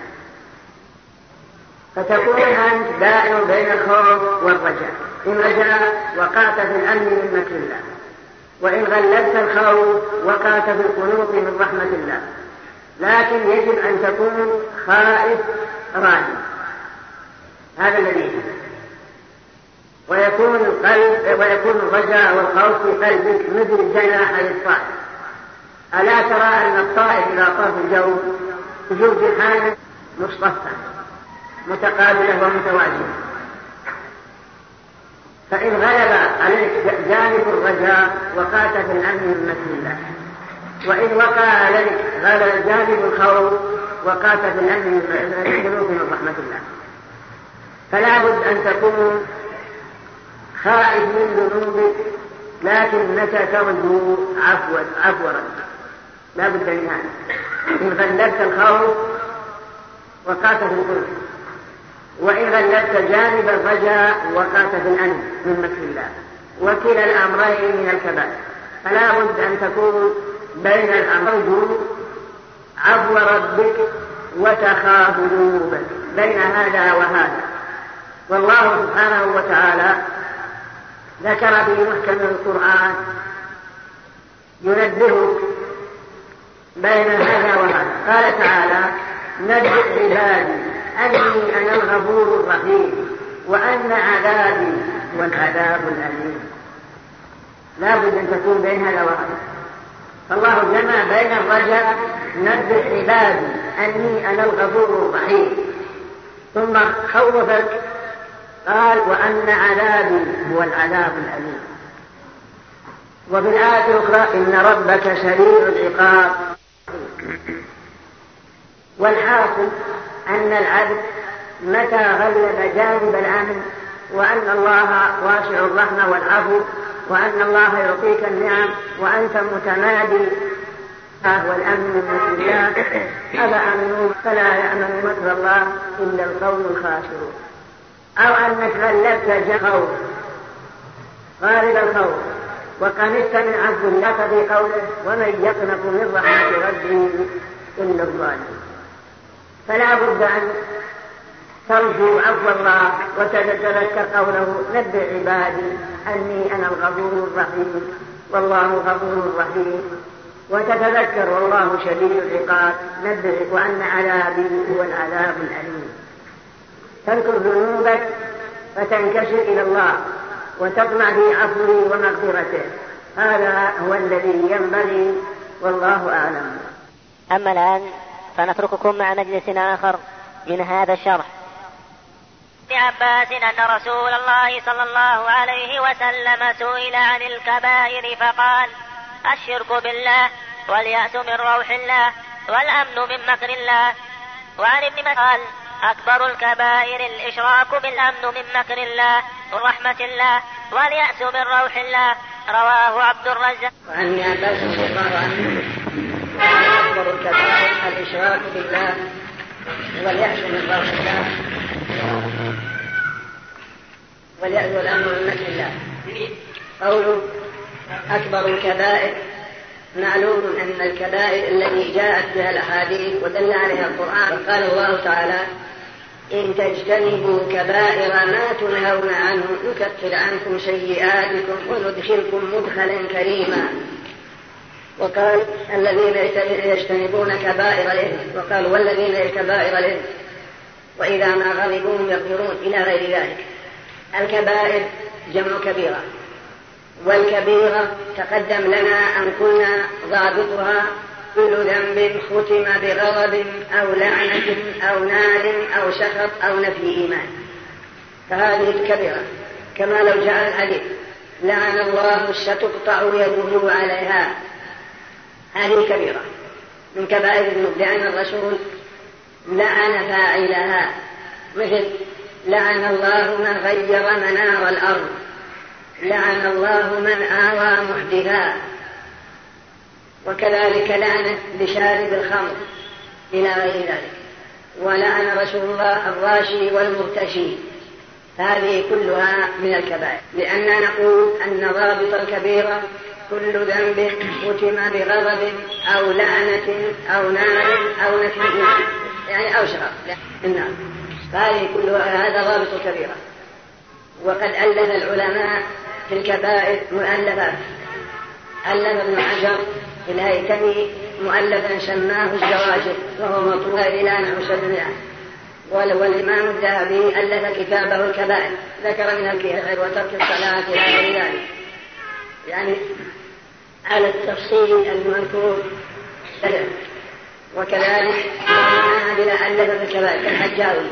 S2: فتكون أنت دائم بين الخوف والرجاء. إن رجاء وقعت في الأمن من مكر الله، وإن غلبت الخوف وقعت في القنوط من رحمة الله. لكن يجب أن تكون خائف راجع، هذا الذي يجب. ويكون القلب ويكون الرجاء والخوف في قلبك مثل جناح الطائر. ألا ترى أن الطائر إذا طاف الجو جو جناحان مصطفى متقابلة ومتوازنة، فإن غلب عليك جانب الرجاء وقعت في الأمن من مكر الله، وإن وقع عليك غلب جانب الخوف وقعت في الأمن من رحمة الله. فلا بد أن تكون خائف من ذنوبك لكنك ترجو عفوا عفوا ربك، لا بد من هذا. إن غلبت الخوف وقعت في القلب، وإن غلبت جانب الرجاء وقعت في الأمن من مكر الله، وكلا الأمرين من الكبائر. فلا بد أن تكون بين الأمرين عفو ربك وتخاف ذنوبك، بين هذا وهذا. والله سبحانه وتعالى ذكر في محكم القرآن ينبهك بين هذا وهذا. قال تعالى: نبئ عبادي أني أنا الغفور الرحيم وأن عذابي هو العذاب الأليم. لا بد أن تكون بين هذا وهذا. فالله جمع بين الرجاء: نبئ عبادي أني أنا الغفور الرحيم، ثم خوفك قال: وأن عذابي هو العذاب الأليم. وفي الآية الأخرى: إن ربك سريع العقاب. والحاصل أن العبد متى غلب جانب الأمن وأن الله واسع الرحمة والعفو وأن الله يعطيك النعم وأنت متمادي والأمن من مكر الله، أفأمنوا فلا يأمن مكر الله إلا القوم الخاسرون. أو أنك غلبت الخوف غالب الخوف وقنست من عفو الله في قوله: ومن يقنط من رحمة ربه إلا الظالمون. فلا بد أن ترجو عفو الله وتتذكر قوله نبئ عبادي أني أنا الغفور الرحيم والله غفور رحيم، وتتذكر والله شديد العقاب نبئ وأن عذابي هو العذاب الأليم. تذكر ذنوبك فتنكسر إلى الله وتطمع في عفوه ومغفرته، هذا هو الذي ينبغي والله أعلم.
S3: أما الآن فنترككم مع مجلس آخر من هذا الشرح. ابن عباس أن رسول الله صلى الله عليه وسلم سئل عن الكبائر فقال الشرك بالله واليأس من روح الله والأمن من مكر الله. وعن ابن مسعود قال أكبر الكبائر الإشراك بالأمن من مكر الله ورحمة الله واليأس من روح الله، رواه عبد الرزاق.
S2: وعن ابن عباس رضي الله عنه أكبر الكبائر الإشراك بالله واليأس من روح الله واليأس والأمن من مكر الله. قوله أكبر الكبائر معلوم أن الكبائر التي جاءت بها الأحاديث ودل عليها القرآن، قال الله تعالى إن تجتنبوا كبائر ما تنهون عنه نكفر عنكم سيئاتكم وندخلكم مدخلا كريما. وقال الذين يجتنبون كبائر الإثم، وقال والذين كبائر الإثم وإذا ما غضبوا يغفرون إلى غير ذلك. الكبائر جمع كبيرة، والكبيرة تقدم لنا أن قلنا ضابطها كل ذنب ختم بغضب أو لعنة أو نار أو سخط أو نفي إيمان، فهذه الكبيرة. كما لو جاء الحديث لعن الله ستقطع يده عليها، هذه كبيرة من كبائر الذنوب، لأن الرسول لعن فاعلها، مثل لعن الله من غير منار الأرض، لعن الله من آوى محدثا، وكذلك لعنة بشارب الخمر إلى غير ذلك. ولعن رسول الله الراشي والمرتشي، هذه كلها من الكبائر، لأننا نقول أن ضابط الكبيرة كل ذنب ختم بغضب أو لعنة أو نار أو نفي يعني أو شرف النار، فهذه كلها هذا ضابط الكبيرة. وقد ألف العلماء في الكبائر مؤلفات، ألف ابن حجر الهيثمي مؤلفا سماه الزواجر وهو مطبوع إلى نحو سبعمائة، والإمام الذهبي ألف كتابه الكبائر ذكر من الكبائر وترك الصلاة إلى غير ذلك، يعني على التفصيل المذكور. وكذلك الحنابلة ألف في الكبائر كالحجاوي،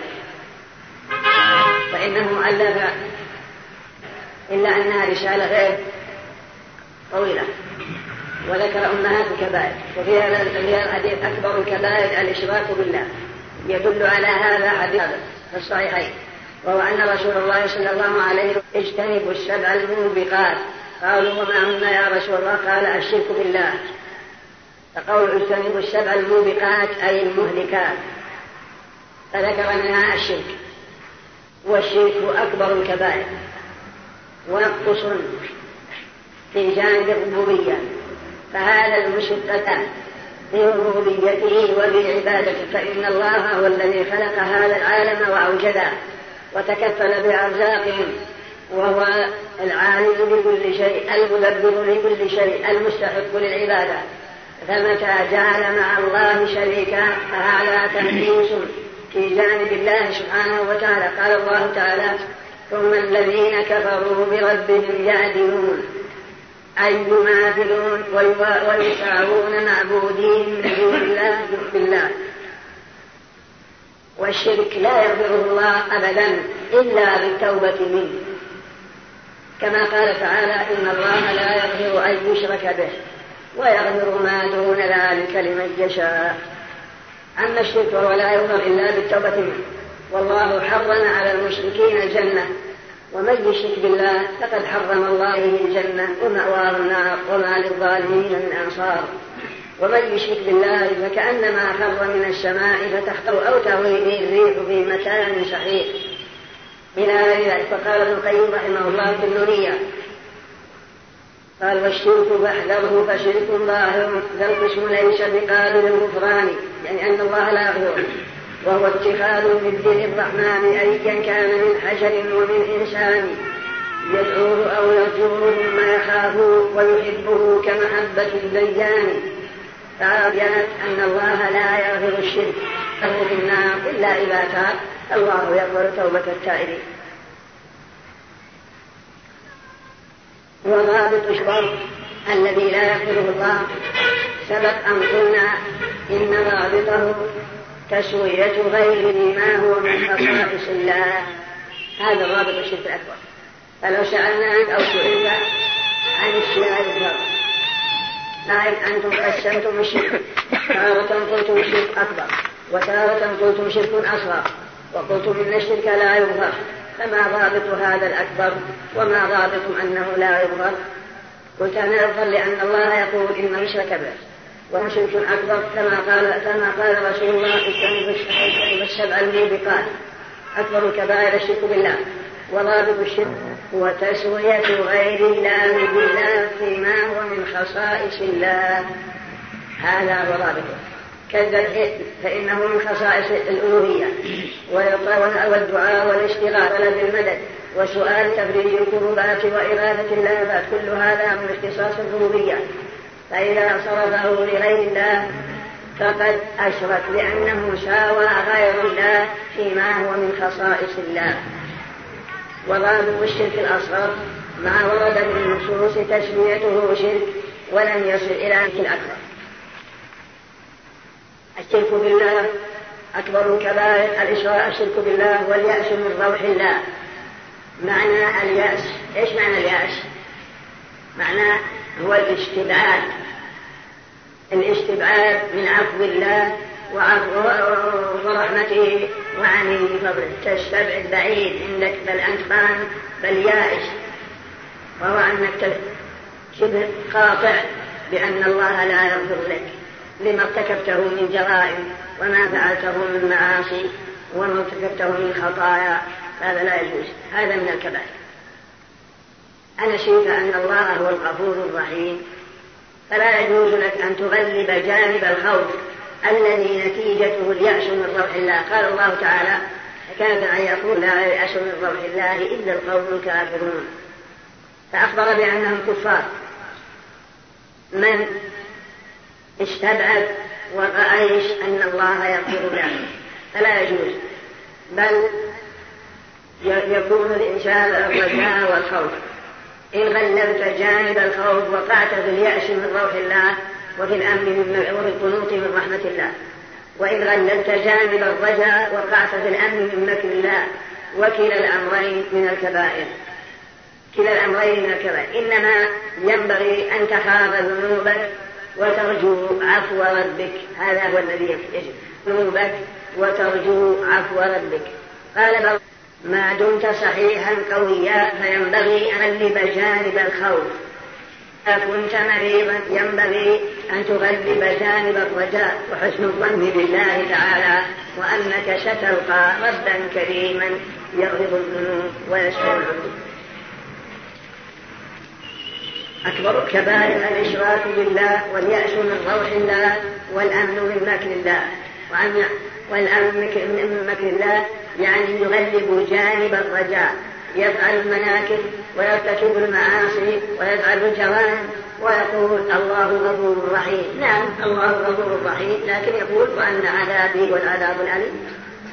S2: فإنه ألف إلا أنها رسالة غير طويلة وذكر أمهات الكبائر، وفيها الحديث أكبر الكبائر الإشراك بالله، يدل على هذا حديث في الصحيحين، وهو أن رسول الله صلى الله عليه وسلم اجتنبوا السبع الموبقات. قالوا وما هن يا رسول الله؟ قال الشرك بالله. فقول اجتنبوا السبع الموبقات أي المهلكات، فذكر منها الشرك، والشرك أكبر الكبائر ونقص في جانب الربوبية، فهذا المشرك في ربوبيته وفي عبادته، فإن الله هو الذي خلق هذا العالم وأوجده وتكفل بأرزاقهم، وهو العالم بكل شيء المدبر لكل شيء المستحق للعبادة. فمتى جعل مع الله شريكا فهذا تنقيص في جانب الله سبحانه وتعالى. قال الله تعالى ثم الذين كفروا بربهم يعدلون أي يماثلون ويساوون معبودين من دون الله بالله. والشرك لا يغفره الله أبدا إلا بالتوبة منه، كما قال تعالى إن الله لا يغفر أن يشرك به ويغفر ما دون ذلك لمن يشاء. أما الشرك وهو لا يغفر إلا بالتوبة منه، والله حرم على المشركين الجنة، ومن يشرك بالله فقد حرم الله عليه الجنة ومأواه النار وما للظالمين من أنصار. ومن يشرك بالله فكأنما خر من السماء فتخطفه أو تهوي به الريح في مكان سحيق إلى غير ذلك. فقال ابن القيم رحمه الله في النونية قال والشرك فاحذره فشرك ظاهر ذا القسم ليس بقابل الغفران، يعني أن الله لا يغفر. وهو اتخاذ ضد للرحمن أيا كان من حجر ومن إنسان يدعوه أو يرجوه مما يخافه ويحبه كمحبة الديان. فبينت أن الله لا يغفر الشرك له في النار إلا إذا تاب، الله يقبل توبة التائبين. وضابط الشرك الذي لا يغفره الله سبق أن قلنا إن ضابطه تسوية غيره ما هو من خصائص الله، هذا ضابط الشرك الأكبر. فلو سألناك أو سئلت عن الشرك الأكبر نعم أنتم قسمتم الشرك، تارة قلتم شرك أكبر وتارة قلتم شرك أصغر وقلتم إن الشرك لا يغفر، فما ضابط هذا الأكبر وما ضابط أنه لا يغفر؟ قلت أنا يغفر لأن الله يقول إن الشرك كبير وشرك أكبر كما قال كما قال رسول الله اجتنبوا السبع الموبقات، أكبر الكبائر الشرك بالله. وضابط الشرك هو تسوية غير الله بالله فيما هو من خصائص الله، هذا هو ضابطه. كالذبح فإنه من خصائص الألوهية، والدعاء والاشتغال طلب المدد وسؤال تفريج الكربات وإغاثة اللهفات، كل هذا من اختصاص الربوبية. فإذا صرفه لغير الله فقد أشرك لأنه ساوى غير الله فيما هو من خصائص الله. وضابط الشرك الأصغر ما ورد في النصوص تسميته شرك ولم يصل إلى الشرك الأكبر. الشرك بالله أكبر الكبائر الشرك بالله واليأس من روح الله. معنى اليأس، إيش معنى اليأس؟ معنى هو الاستبعاد، الاستبعاد من عفو الله ورحمته وعن فضله، تستبعد بعيد عندك بل أنت فان بل يائس، وهو أنك شبه قاطع بأن الله لا يغفر لك لما ارتكبته من جرائم وما فعلته من معاصي وما ارتكبته من خطايا، هذا لا يجوز، هذا من الكبائر. أنسيت أن الله هو الغفور الرحيم فلا يجوز لك أن تغلب جانب الخوف الذي نتيجته اليأس من روح الله. قال الله تعالى كان أن يقول لا يأس من روح الله إلا القوم الكافرون، فأخبر بأنهم كفار من استبعد وقعيش أن الله يغفر له، فلا يجوز، بل يكون الإنسان الرجاء والخوف. إن غلبت جانب الخوف وقعت في اليأس من روح الله وفي الأمن وفي القنوط من رحمة الله، وإن غلبت جانب الرجاء وقعت في الأمن من مكر الله، وكلا الأمرين من الكبائر، كلا الأمرين من الكبائر. إنما ينبغي أن تخاف ذنوبك وترجو عفو ربك، هذا هو الذي يجب، ذنوبك وترجو عفو ربك. قال ما دمت صحيحا قويا فينبغي أن تغلب جانب الخوف، كنت مريضا ينبغي أن تغلب جانب الرجاء وحسن الظن بالله تعالى وأنك ستلقى ربا كريما يغفر الذنوب ويسر العيوب. أكبر الكبائر الإشراك بالله واليأس من روح الله والأمن من مكر الله. والأمن من مكر الله يعني يغلب جانب الرجاء، يفعل المناكر ويرتكب المعاصي ويفعل الجرائم ويقول الله غفور رحيم. نعم الله غفور رحيم، لكن يقول وأن عذابي والعذاب الأليم،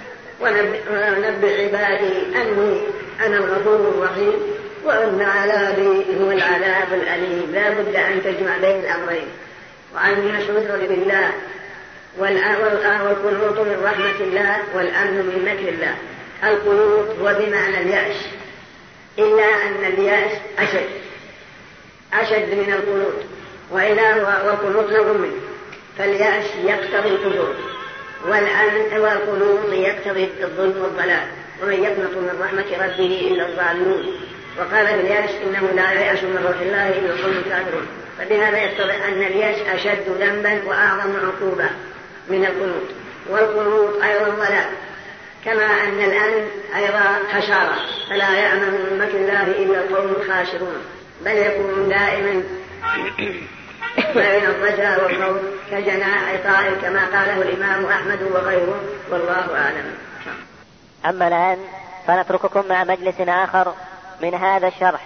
S2: ونبئ عبادي أني أنا الغفور الرحيم وأن عذابي هو العذاب الأليم. لا بد أن تجمع بين الأمرين. وعن مسعود رضي الله والقنوط من رحمة الله والأمن من مكر الله. القنوط هو بمعنى اليأس، إلا أن اليأس أشد أشد من القنوط، وإلا والقنوط نوع منه، فاليأس يقتضي القنوط والأمن والقنوط يقتضي الظلم والضلال، ومن يقنط من رحمة ربه إلا الظالمون. وقال باليأس إنه لا يأس من روح الله إلا القوم الكافرون. فبهذا يقتضي أن اليأس أشد ذنبا وأعظم عقوبة من القنوط. والقنوط أيضا ضلال، كما أن الأمن أيضا خسارة، فلا يأمن من مكر الله إلا القوم الخاسرون، بل يكون دائما بين الرجاء والخوف كجناح طائر كما قاله الإمام أحمد وغيره، والله أعلم.
S3: أما الآن فنترككم مع مجلس آخر من هذا الشرح.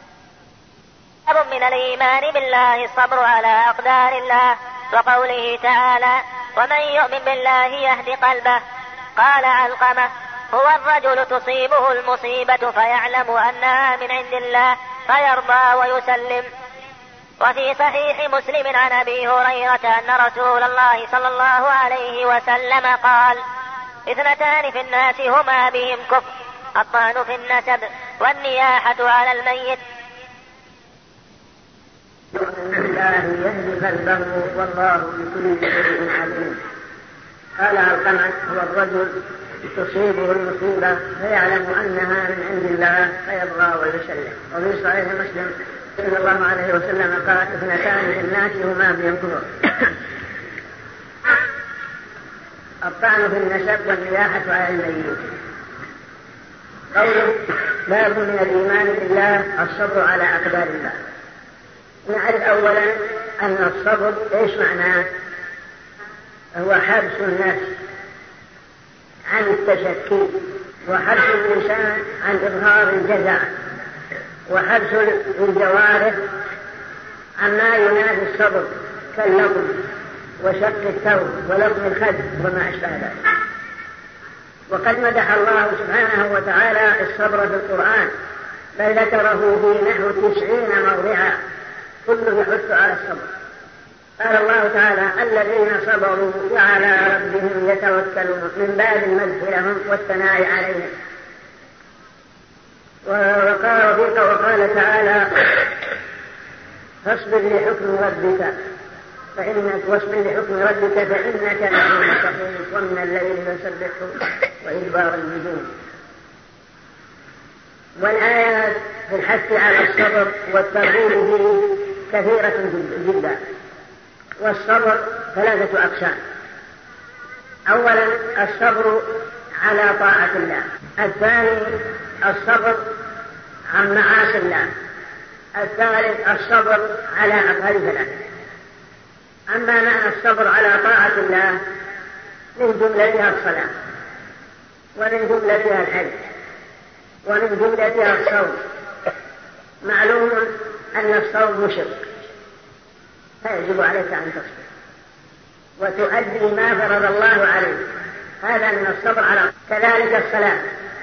S3: من الإيمان بالله الصبر على أقدار الله، وقوله تعالى: ومن يؤمن بالله يهد قلبه. قال علقمة: هو الرجل تصيبه المصيبة فيعلم أنها من عند الله فيرضى ويسلم. وفي صحيح مسلم عن أبي هريرة أن رسول الله صلى الله عليه وسلم قال: اثنتان في الناس هما بهم كفر: الطعن في النسب والنياحة على الميت.
S2: الله يهدي قلبه والله بكل شيء عليم. قال علقمة: هو الرجل تصيبه المصيبة فيعلم أنها من عند الله فيرضى ويسلم. وفي صحيح مسلم صلى الله عليه وسلم قال: اثنتان في الناس هما بهم كفر: الطعن في النسب والنياحة على الميت. قوله: باب من الإيمان بالله الصبر على أقدار الله. نعرف أولا أن الصبر إيش معناه؟ هو حبس النفس عن التشكي، وحبس اللسان عن إظهار الجزع، وحبس الجوارح عما ينافي الصبر كاللطم وشق الثوب ولطم الخد وما أشبه ذلك. وقد مدح الله سبحانه وتعالى الصبر في القرآن، بل ذكره في نحو تسعين موضعا كله يحث على الصبر. قال الله تعالى: الذين صبروا وعلى ربهم يتوكلون، من باب المدح لهم والثناء عليهم. وقال, وقال تعالى: فاصبر لحكم ربك فإنك واصبر لحكم ربك فإنك لمن المتقين ومن الليل فسبحه وإدبار النجوم. والآيات في الحث على الصبر والترغيب به كثيرة جدا. والصبر ثلاثة أقسام: أولا الصبر على طاعة الله، الثاني الصبر عن معاصي الله، الثالث الصبر على أفعال ثلاثة. أما معنى الصبر على طاعة الله من جملتها الصلاة، ومن جملتها الحج، ومن جملتها الصوم. معلوم أن الصوم مشق، فيجب عليك أن تصبر وتؤدي ما فرض الله عليك، هذا من الصبر على. كذلك الصلاة،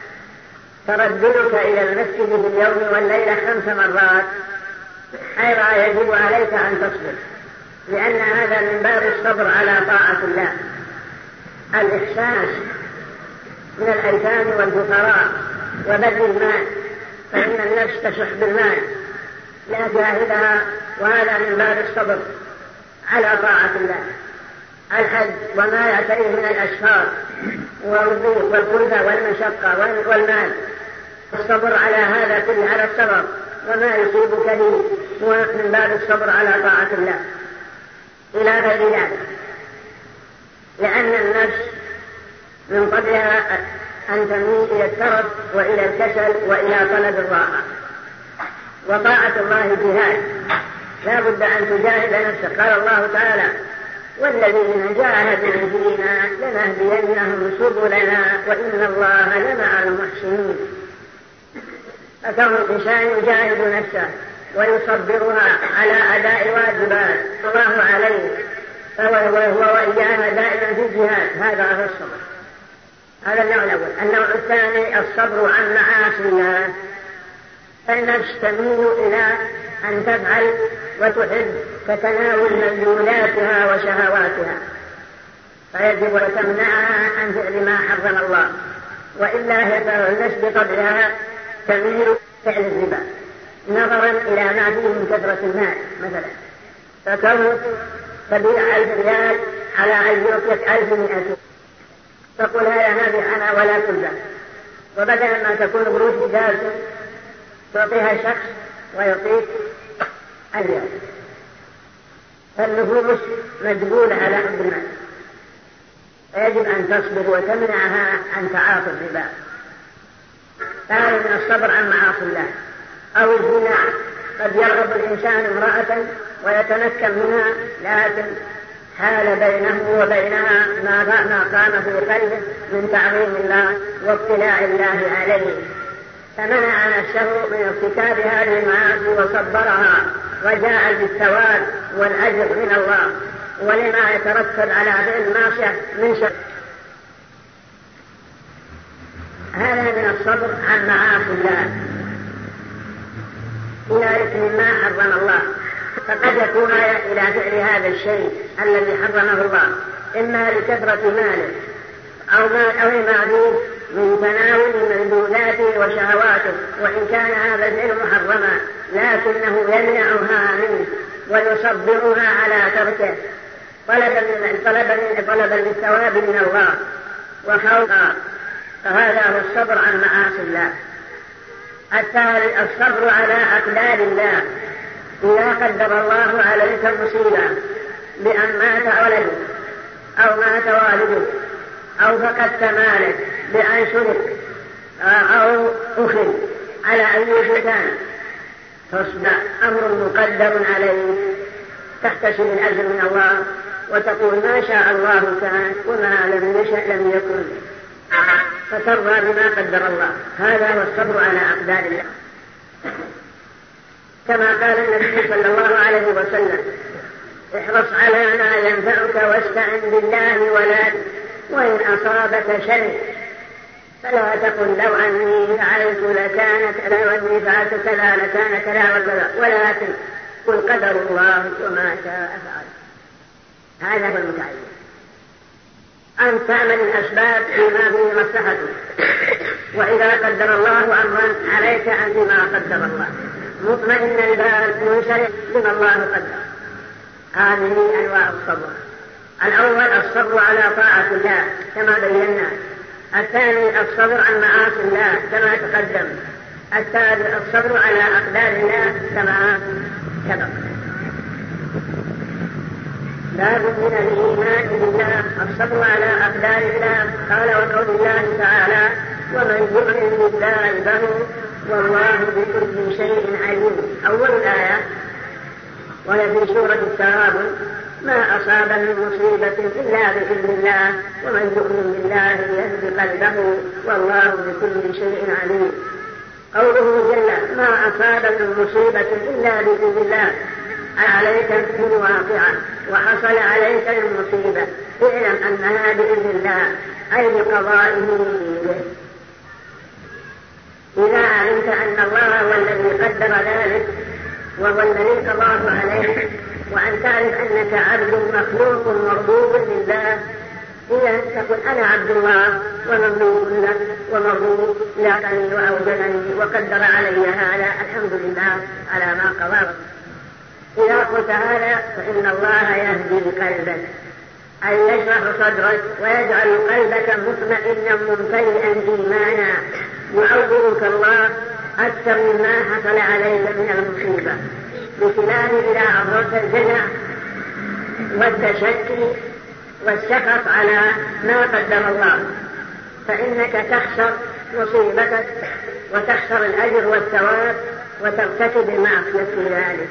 S2: ترددك إلى المسجد في اليوم والليلة خمس مرات أيضا يجب عليك أن تصبر، لأن هذا من باب الصبر على طاعة الله. الإحساس من الأيتام والفقراء وبذل المال، فإن النفس تشح بالمال لا جاهدها، وهذا من باب الصبر على طاعة الله. الحج وما يعتريه من الأشفار والضيق والكلفة والمشقة والمال، الصبر على هذا كله، على الصبر وما يصيبك به هو من باب الصبر على طاعة الله إلى غير ذلك. لأن النفس من قبلها أن تميل إلى الترف وإلى الكسل وإلى طلب الراحة. وطاعة الله جهاد، لا بد أن تجاهد نفسك. قال الله تعالى: والذين جاهدوا فينا لنهدينهم سبلنا وإن الله لمع المحسنين. فكون الإنسان يجاهد نفسه ويصبرها على أداء واجبات الله عليه وهو وإياها دائما في الجهاد، هذا هو الصبر. هذا النوع الأول. النوع الثاني الصبر عن معاصي الله، فالنفس تميل إلى أن تفعل وتحب كتناول مذلولاتها وشهواتها، فيجب أن تمنعها عن فعل ما حرم الله، وإلا هي النفس بطبعها تميل فعل الربا نظرا إلى ما فيه من كثرة المال مثلا، فكونك تبيع ألف ريال على أن يعطيك ألف مئة، تقول هذا نابع أنا ولا كلها، وبدلا ما تكون قروش جالسة تعطيها شخص ويعطيك الريال. فالنفوس مجبولة على حب المال، فيجب أن تصبر وتمنعها عن تعاطي الربا. هذا من الصبر عن معاصي الله. أو الزنا قد يرغب الإنسان امرأة ويتمكن منها، لكن حال بينه وبينها ما قام في قلبه من تعظيم الله وابتلاء الله عليه، فمنع نفسه من ارتكاب هذه المعاصي وصبرها، وجاء بالثواب والأجر من الله ولما يترتب على فعل المعصية من شر. هذا من الصبر عن معاصي الله إلى إثم ما حرم الله، فقد يكون إلى فعل هذا الشيء الذي حرمه الله إما لكثرة ماله أو ما أو ما فيه من تناول ملذوذاته وشهواته، وإن كان هذا الفعل محرما لكنه يمنعها منه ويصبرها على تركه طلبا طلبا طلبا للثواب من الله وخوفا، فهذا هو الصبر عن معاصي الله. الثالث الصبر على أقدار الله. إذا قدر الله عليك المصيبة بأن مات ولدك أو مات والدك أو فقدت مالك بأن شرك أو أخذ على أي شيء كان، فاصبر، أمر مقدر عليك، تحتسب الأجر من الله وتقول ما شاء الله كان وما لم يشأ لم يكن، فترضى بما قدر الله. هذا هو الصبر على أقدار الله. كما قال النبي صلى الله عليه وسلم: احرص على ما ينفعك واستعن بالله ولا وإن أصابك شيء فلا تقل لو أني فعلت لكانت لو أني فعلت كذا لكان كذا وكذا، ولكن قل قدر الله وما شاء فعل. هذا هو المتعين، أن تعمل الأسباب فيما فيه مصلحتك، وإذا قدر الله أمرا عليك أن بما قدر الله، مطمئن البال منشرح بما الله قدر. هذه أنواع الصبر. الأول الصبر على طاعة الله كما بينا، الثاني الصبر عن معاصي الله كما تقدم، الثالث الصبر على أقدار الله كما سبق. باب من الإيمان بالله الصبر على أقدار الله. قال وقول الله تعالى: ومن يؤمن بالله فهو والله بكل شيء عليم. أول الآية وهي في سورة التغابن: ما أصاب من مصيبة إلا بإذن الله ومن يؤمن بالله يهد قلبه والله بكل شيء عليم. قوله جل: ما أصاب من مصيبة إلا بإذن الله، عليك من واقعة وحصل عليك المصيبة، اعلم أنها بإذن الله أي بقضائه به. إذا علمت أن الله هو الذي قدر ذلك وهو الذي قضاه عليك، وأن تعرف أنك عبد مخلوق مربوب لله، إذا تقول أنا عبد الله ومملوك له ومربوب لكني وأوجدني وقدر علي هذا، الحمد لله على ما قضاه. إذا قلت هذا فإن الله يهدي قلبك، أي يشرح صدرك ويجعل قلبك مطمئنا ممتلئا إيمانا، يعوضك الله أكثر مما حصل عليك من المصيبة، بخلاف إذا أظهرت الجزع والتشكي والسخط على ما قدر الله، فإنك تخسر مصيبتك وتخسر الأجر والثواب وترتكب المعصية في ذلك.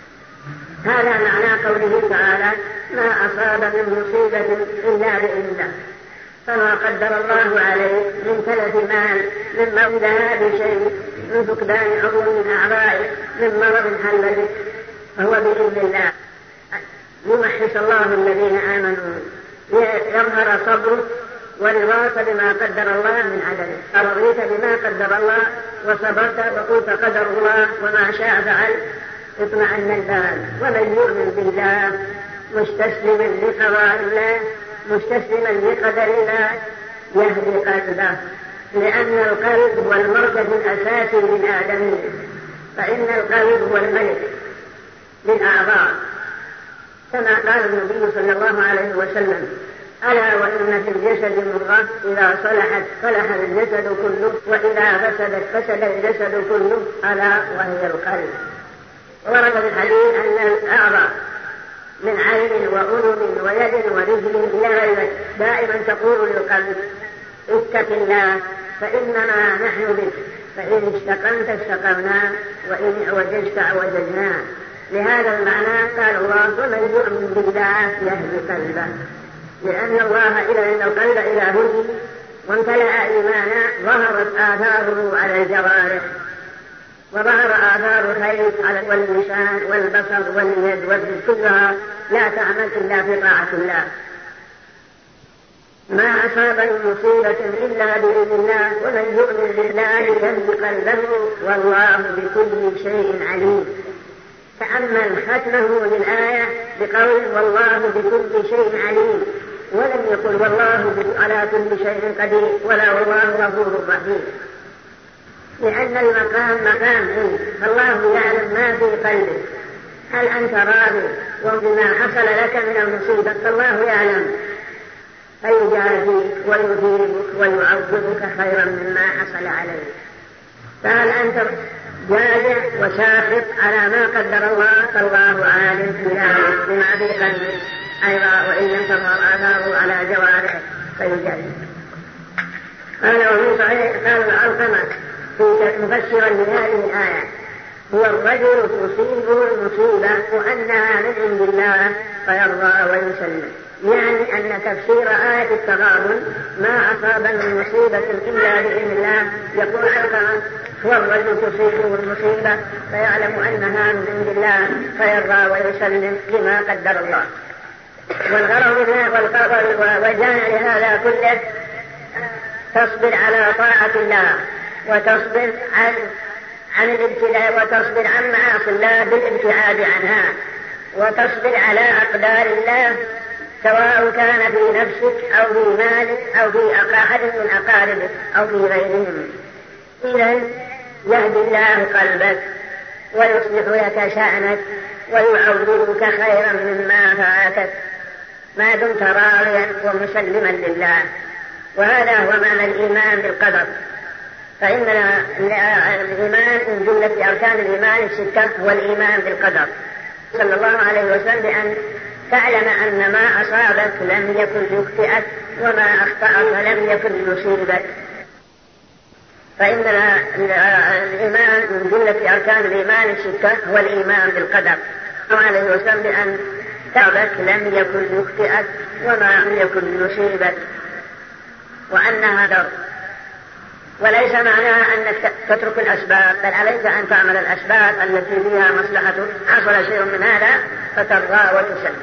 S2: هذا معنى قوله تعالى: ما أصاب من مصيبة إلا بإذن الله. فما قدر الله عليه من تلف مال، من موت هذا شيء، من فقدان عضو من أعضائه، من مرض حل به، فهو بإذن الله. يمحص الله الذين آمنوا، يظهر صبرك ورضاك بما قدر الله من عدله. أرضيت بما قدر الله وصبرت وقلت قدر الله وما شاء فعل، اطمئن البال. ومن يؤمن بالله مستسلما لقضاء الله مستسلما لقدر الله يهدي قلبه، لأن القلب هو المركز الأساسي للآدمين، فإن القلب هو الملك للأعضاء، كما قال النبي صلى الله عليه وسلم: ألا وإن في الجسد مضغة إذا صلحت صلح الجسد كله وإذا فسدت فسد الجسد كله، ألا وهي القلب. ورد في الحديث أن الأعضاء من عين وأذن ويد ورجل إلى غيره دائما تقول للقلب: اتق الله فإنما نحن بك، فإن استقمت استقمنا وإن اعوججت اعوججنا. لهذا المعنى قال الله ومن يؤمن بالله يهدي قلبه، لأن الله إذا أن القلب إذا هدي وامتلأ إيمانا ظهرت آثاره على الجوارح، وظهر آثار الخير على اللسان والبصر واليد والرجل كلها لا تعمل إلا في طاعة الله. ما أصاب من مصيبة إلا بإذن الله ومن يؤمن بالله يهدي قلبه والله بكل شيء عليم. تأمل ختمه للآية بقول والله بكل شيء عليم، ولم يقل والله على كل شيء قدير ولا والله غفور رحيم، لأن المقام مقام علم، فالله يعلم ما في قلبك. هل أنت راضي وبما حصل لك من المصيبة؟ فالله يعلم فيجازيك ويثيبك ويعوضك خيرا مما حصل عليك. فهل أنت جازع وساخط على ما قدر الله؟ فالله عالم بما في قلبك أيضا، وإن لم تظهر آثاره على جوارحك فيجازيك. قال ومن صحيح قال العلقمة مفسرا لهذه الآية هو الرجل تصيبه المصيبة وأنها من عند الله فيرضى ويسلم، يعني أن تفسير آية التغابن ما أصاب من مصيبة إلا بإذن الله. يقول علقمة هو الرجل تصيبه المصيبة فيعلم أنها من عند الله فيرضى ويسلم لما قدر الله. والغرض والجانع لهذا كله تصبر على طاعة الله وتصبر عن عن الابتلاء وتصبر عن معاصي الله بالابتعاد عنها، وتصبر على أقدار الله سواء كان في نفسك أو في مالك أو في أحد من أقاربك أو في غيرهم. إذن يهدي الله قلبك ويصلح لك شأنك ويعوضك خيرا مما فاتك ما دمت راضيا ومسلما لله. وهذا هو معنى الإيمان بالقدر. فإن الإيمان من جملة أركان الإيمان الستة هو الإيمان بالقدر. صلى الله عليه وسلم بأن تعلم أن ما أصابك لم يكن يخطئك وما أخطأك لم يكن يصيبك. فإن الإيمان من جملة أركان الإيمان الستة هو الإيمان بالقدر. صلى الله عليه وسلم بأن تعبك لم يكن يخطئك وما يكن يصيبك، وأن هذا وليس معناها أنك تترك الأسباب، بل عليك أن تعمل الأسباب التي فيها مصلحتك. حصل شيء من هذا فترضى وتسلم.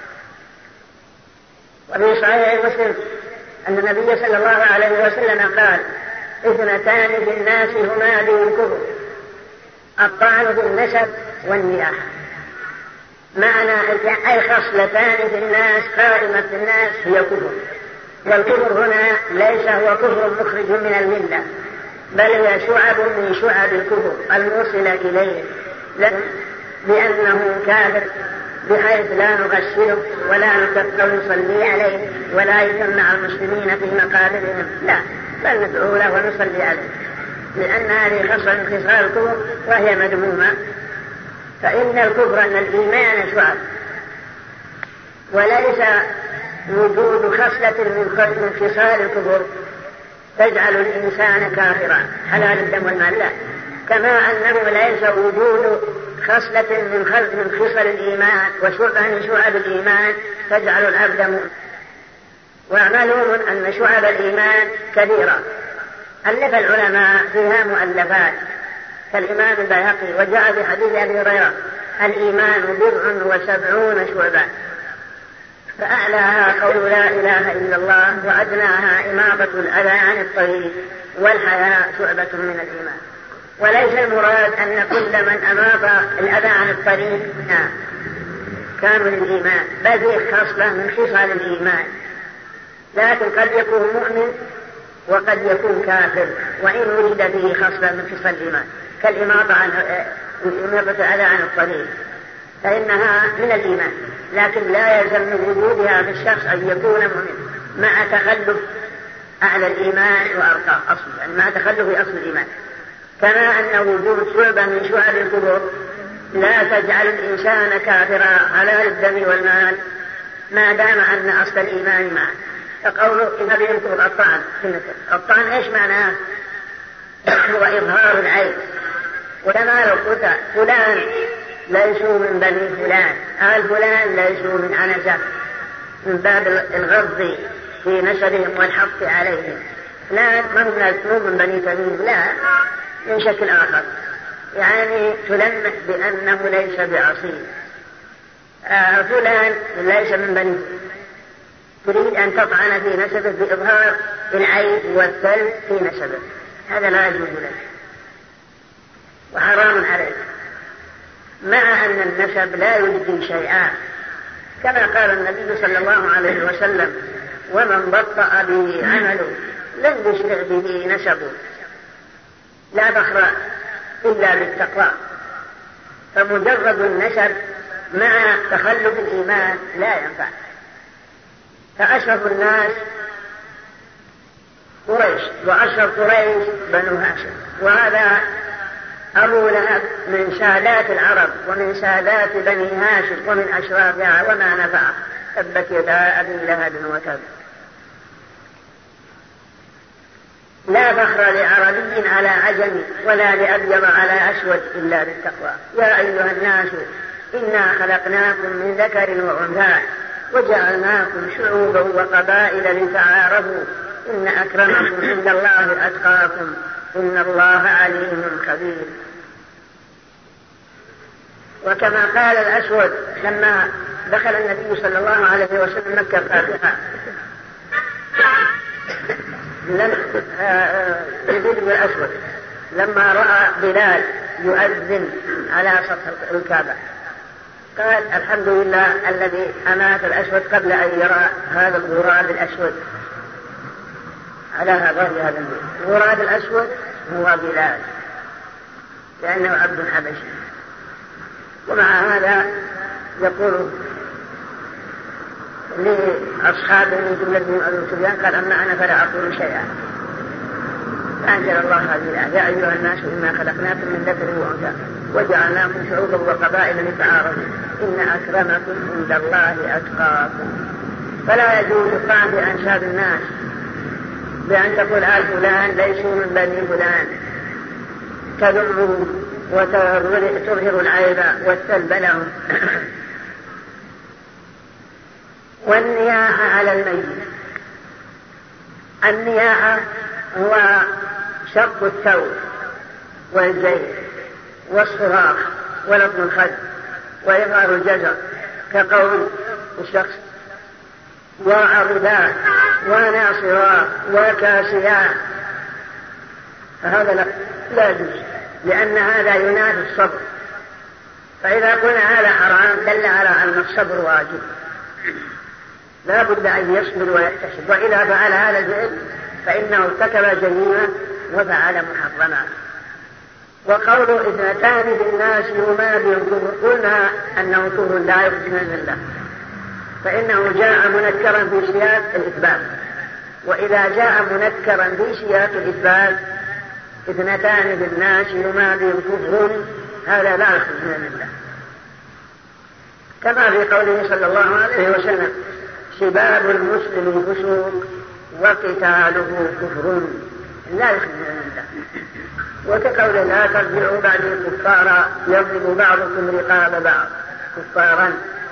S2: وفي صحيح مسلم أن النبي صلى الله عليه وسلم قال اثنتان في الناس هما دين الكفر الطعن في النسب والنياحة. معنى أي خصلتان في الناس قائمة في الناس هي كفر، والكفر هنا ليس هو كفر مخرج من الملة، بل هي شعب من شعب الكفر الموصلة إليه، لأنه كافر بحيث لا نغسله ولا نصلي عليه ولا يجمع المسلمين في مقابرهم، لا، بل ندعو له ونصلي عليه، لأن هذه خصلة من خصال الكفر وهي مذمومة. فإن الكفر أن الإيمان شعب، وليس وجود خصلة من خصال الكفر تجعل الإنسان كافرا حلال الدم والمال، لا، كما أنه ليس وجود خصلة من خصال الإيمان وشعبة من شعب الإيمان تجعل العبد مؤمن. ومعلوم أن شعب الإيمان كثيرة، ألف العلماء فيها مؤلفات كالإمام البيهقي، وجاء في حديث أبي هريرة الإيمان بضع وسبعون شعبة، فأعلاها قول لا إله إلا الله، وأدناها إماطة الأذى عن الطريق، والحياء شعبة من الإيمان. وليس المراد أن كل من أماط الأذى عن الطريق كامل الإيمان، بل فيه خصلة من خصال الإيمان، لكن قد يكون مؤمن وقد يكون كافر وإن وجد فيه خصلة من خصال الإيمان كالإماطة عن إماطة الأذى عن الطريق، فإنها من الإيمان، لكن لا يلزم من وجودها في الشخص أن يكون مؤمن مع تخلف أعلى الإيمان وأرقى أصل، يعني مع تخلف أصل الإيمان. كما أن وجود شعبة من شعب الكفر لا تجعل الإنسان كافرا حلال الدم والمال ما دام أن أصل الإيمان معه. فقوله إن بينكم الطعن في النسب، الطعن إيش معناه؟ وإظهار العيب. ولما لو قلت فلان ليسوا من بني فلان، آل فلان ليسوا من عنزة، من باب الغض في نسبهم والحق عليهم. فلان مو من بني تميم، لا، من شكل آخر، يعني تلمح بأنه ليس بأصيل. آه فلان ليس من بني، تريد أن تطعن في نسبه بإظهار العيب والثلج في نسبه، هذا لا يجوز لك وحرام عليك، مع أن النسب لا يجدي شيئا، كما قال النبي صلى الله عليه وسلم: ومن بطأ به عمله لن يسرع به نسبه. لا فخر إلا بالتقوى. فمجرد النسب مع تخلف الإيمان لا ينفع. فأشرف الناس قريش، وأشرف قريش بنو هاشم، وهذا أبو لهب من سادات العرب ومن سادات بني هاشم ومن أشرافها، وما نفع، تبت يدا أبي لهب وتب. لا فخر لعربي على عجم ولا لأبيض على أسود إلا بالتقوى. يا أيها الناس إنا خلقناكم من ذكر وأنثى وجعلناكم شعوبا وقبائل لتعارفوا إن أكرمكم عند الله أتقاكم إن الله عليم خبير. وكما قال الأسود لما دخل النبي صلى الله عليه وسلم مكة فاتحة، لم يزيد بالأسود لما رأى بلال يؤذن على سطح الكعبة قال: الحمد لله الذي أمات الأسود قبل أن يرى هذا الغراب الأسود على ظهر هذا البيت. الغراب الأسود هو بلال لأنه عبد حبشي. ومع هذا يقول لأصحابه من جملة من أبي سفيان قال: أما أنا فلا أقول شيئا. فأنزل الله هذه الآية: يا أيها الناس إنا خلقناكم من ذكر وأنثى وجعلناكم شعوبا وقبائل لتعارفوا إن أكرمكم عند الله أتقاكم. فلا يجوز الطعن بأنساب الناس بأن تقول آل فلان ليسوا من بني فلان، تذمهم وتظهر العيب والسلب لهم. والنياحة على الميت. النياحة هو شق الثوب والزيت والصراخ ولطم الخد وإظهار الجزع، كقول الشخص: وعرضا وناصرا وكاسيا. فهذا لا يجوز، لأن هذا ينافي الصبر. فإذا قلنا هذا حرام دل على أن الصبر واجب، لا بد أن يصبر ويحتسب، وإذا فعل هذا الفعل فإنه ارتكب جريمة وفعل محرما. وقول اثنتان بالناس هما بالكفر، قلنا أنه كفر لا يخرج من الله، فإنه جاء منكرا في سياق الإثبات. وإذا جاء منكرا في سياق الإثبات اثنتان بالناس هما بالكفر، هذا لا يخرج من الله، كما في قوله صلى الله عليه وسلم: سباب المسلم فسوق وقتاله كفر، لا يخرج من الله. وكقول: لا ترجعوا بعدي كفارا يضرب بعضكم رقاب بعض كفارا.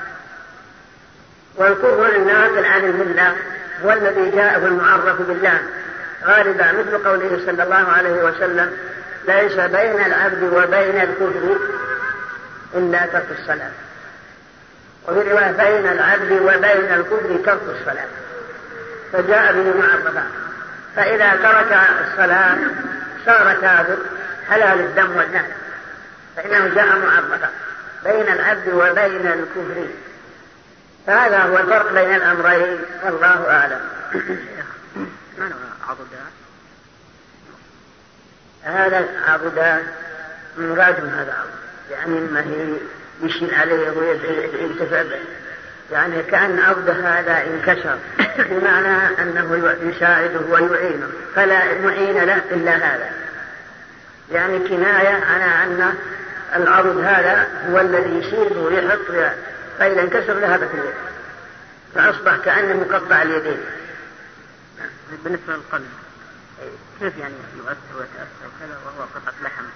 S2: والكفر الناقل عن الملة هو الذي جاءه المعرف بالله غالبا، مثل قوله صلى الله عليه وسلم: ليس بين العبد وبين الكفر إلا ترك الصلاة. وفي رواية: بين العبد وبين الكفر ترك الصلاة، فجاء به معرفا. فإذا ترك الصلاة صار كافر حلال الدم والمال، فإنه جاء معرفا بين العبد وبين الكفر. فهذا هو الفرق بين الأمرين، والله أعلم.
S4: ما نوع عضدان؟
S2: هذا عضدان مراد هذا عضد، يعني ما هي يشيل عليه وينتفع به، يعني كأن عضد هذا انكسر، بمعنى أنه يساعده ويعينه، فلا معين له إلا هذا، يعني كناية على أن العضد هذا هو الذي يشيل ويحط، فإذا انكسر ذهبت اليد فأصبح كأنه مقطع اليدين.
S4: بالنسبة للقلب كيف يعني يؤثر ويتأثر كذا وهو قطعة لحم؟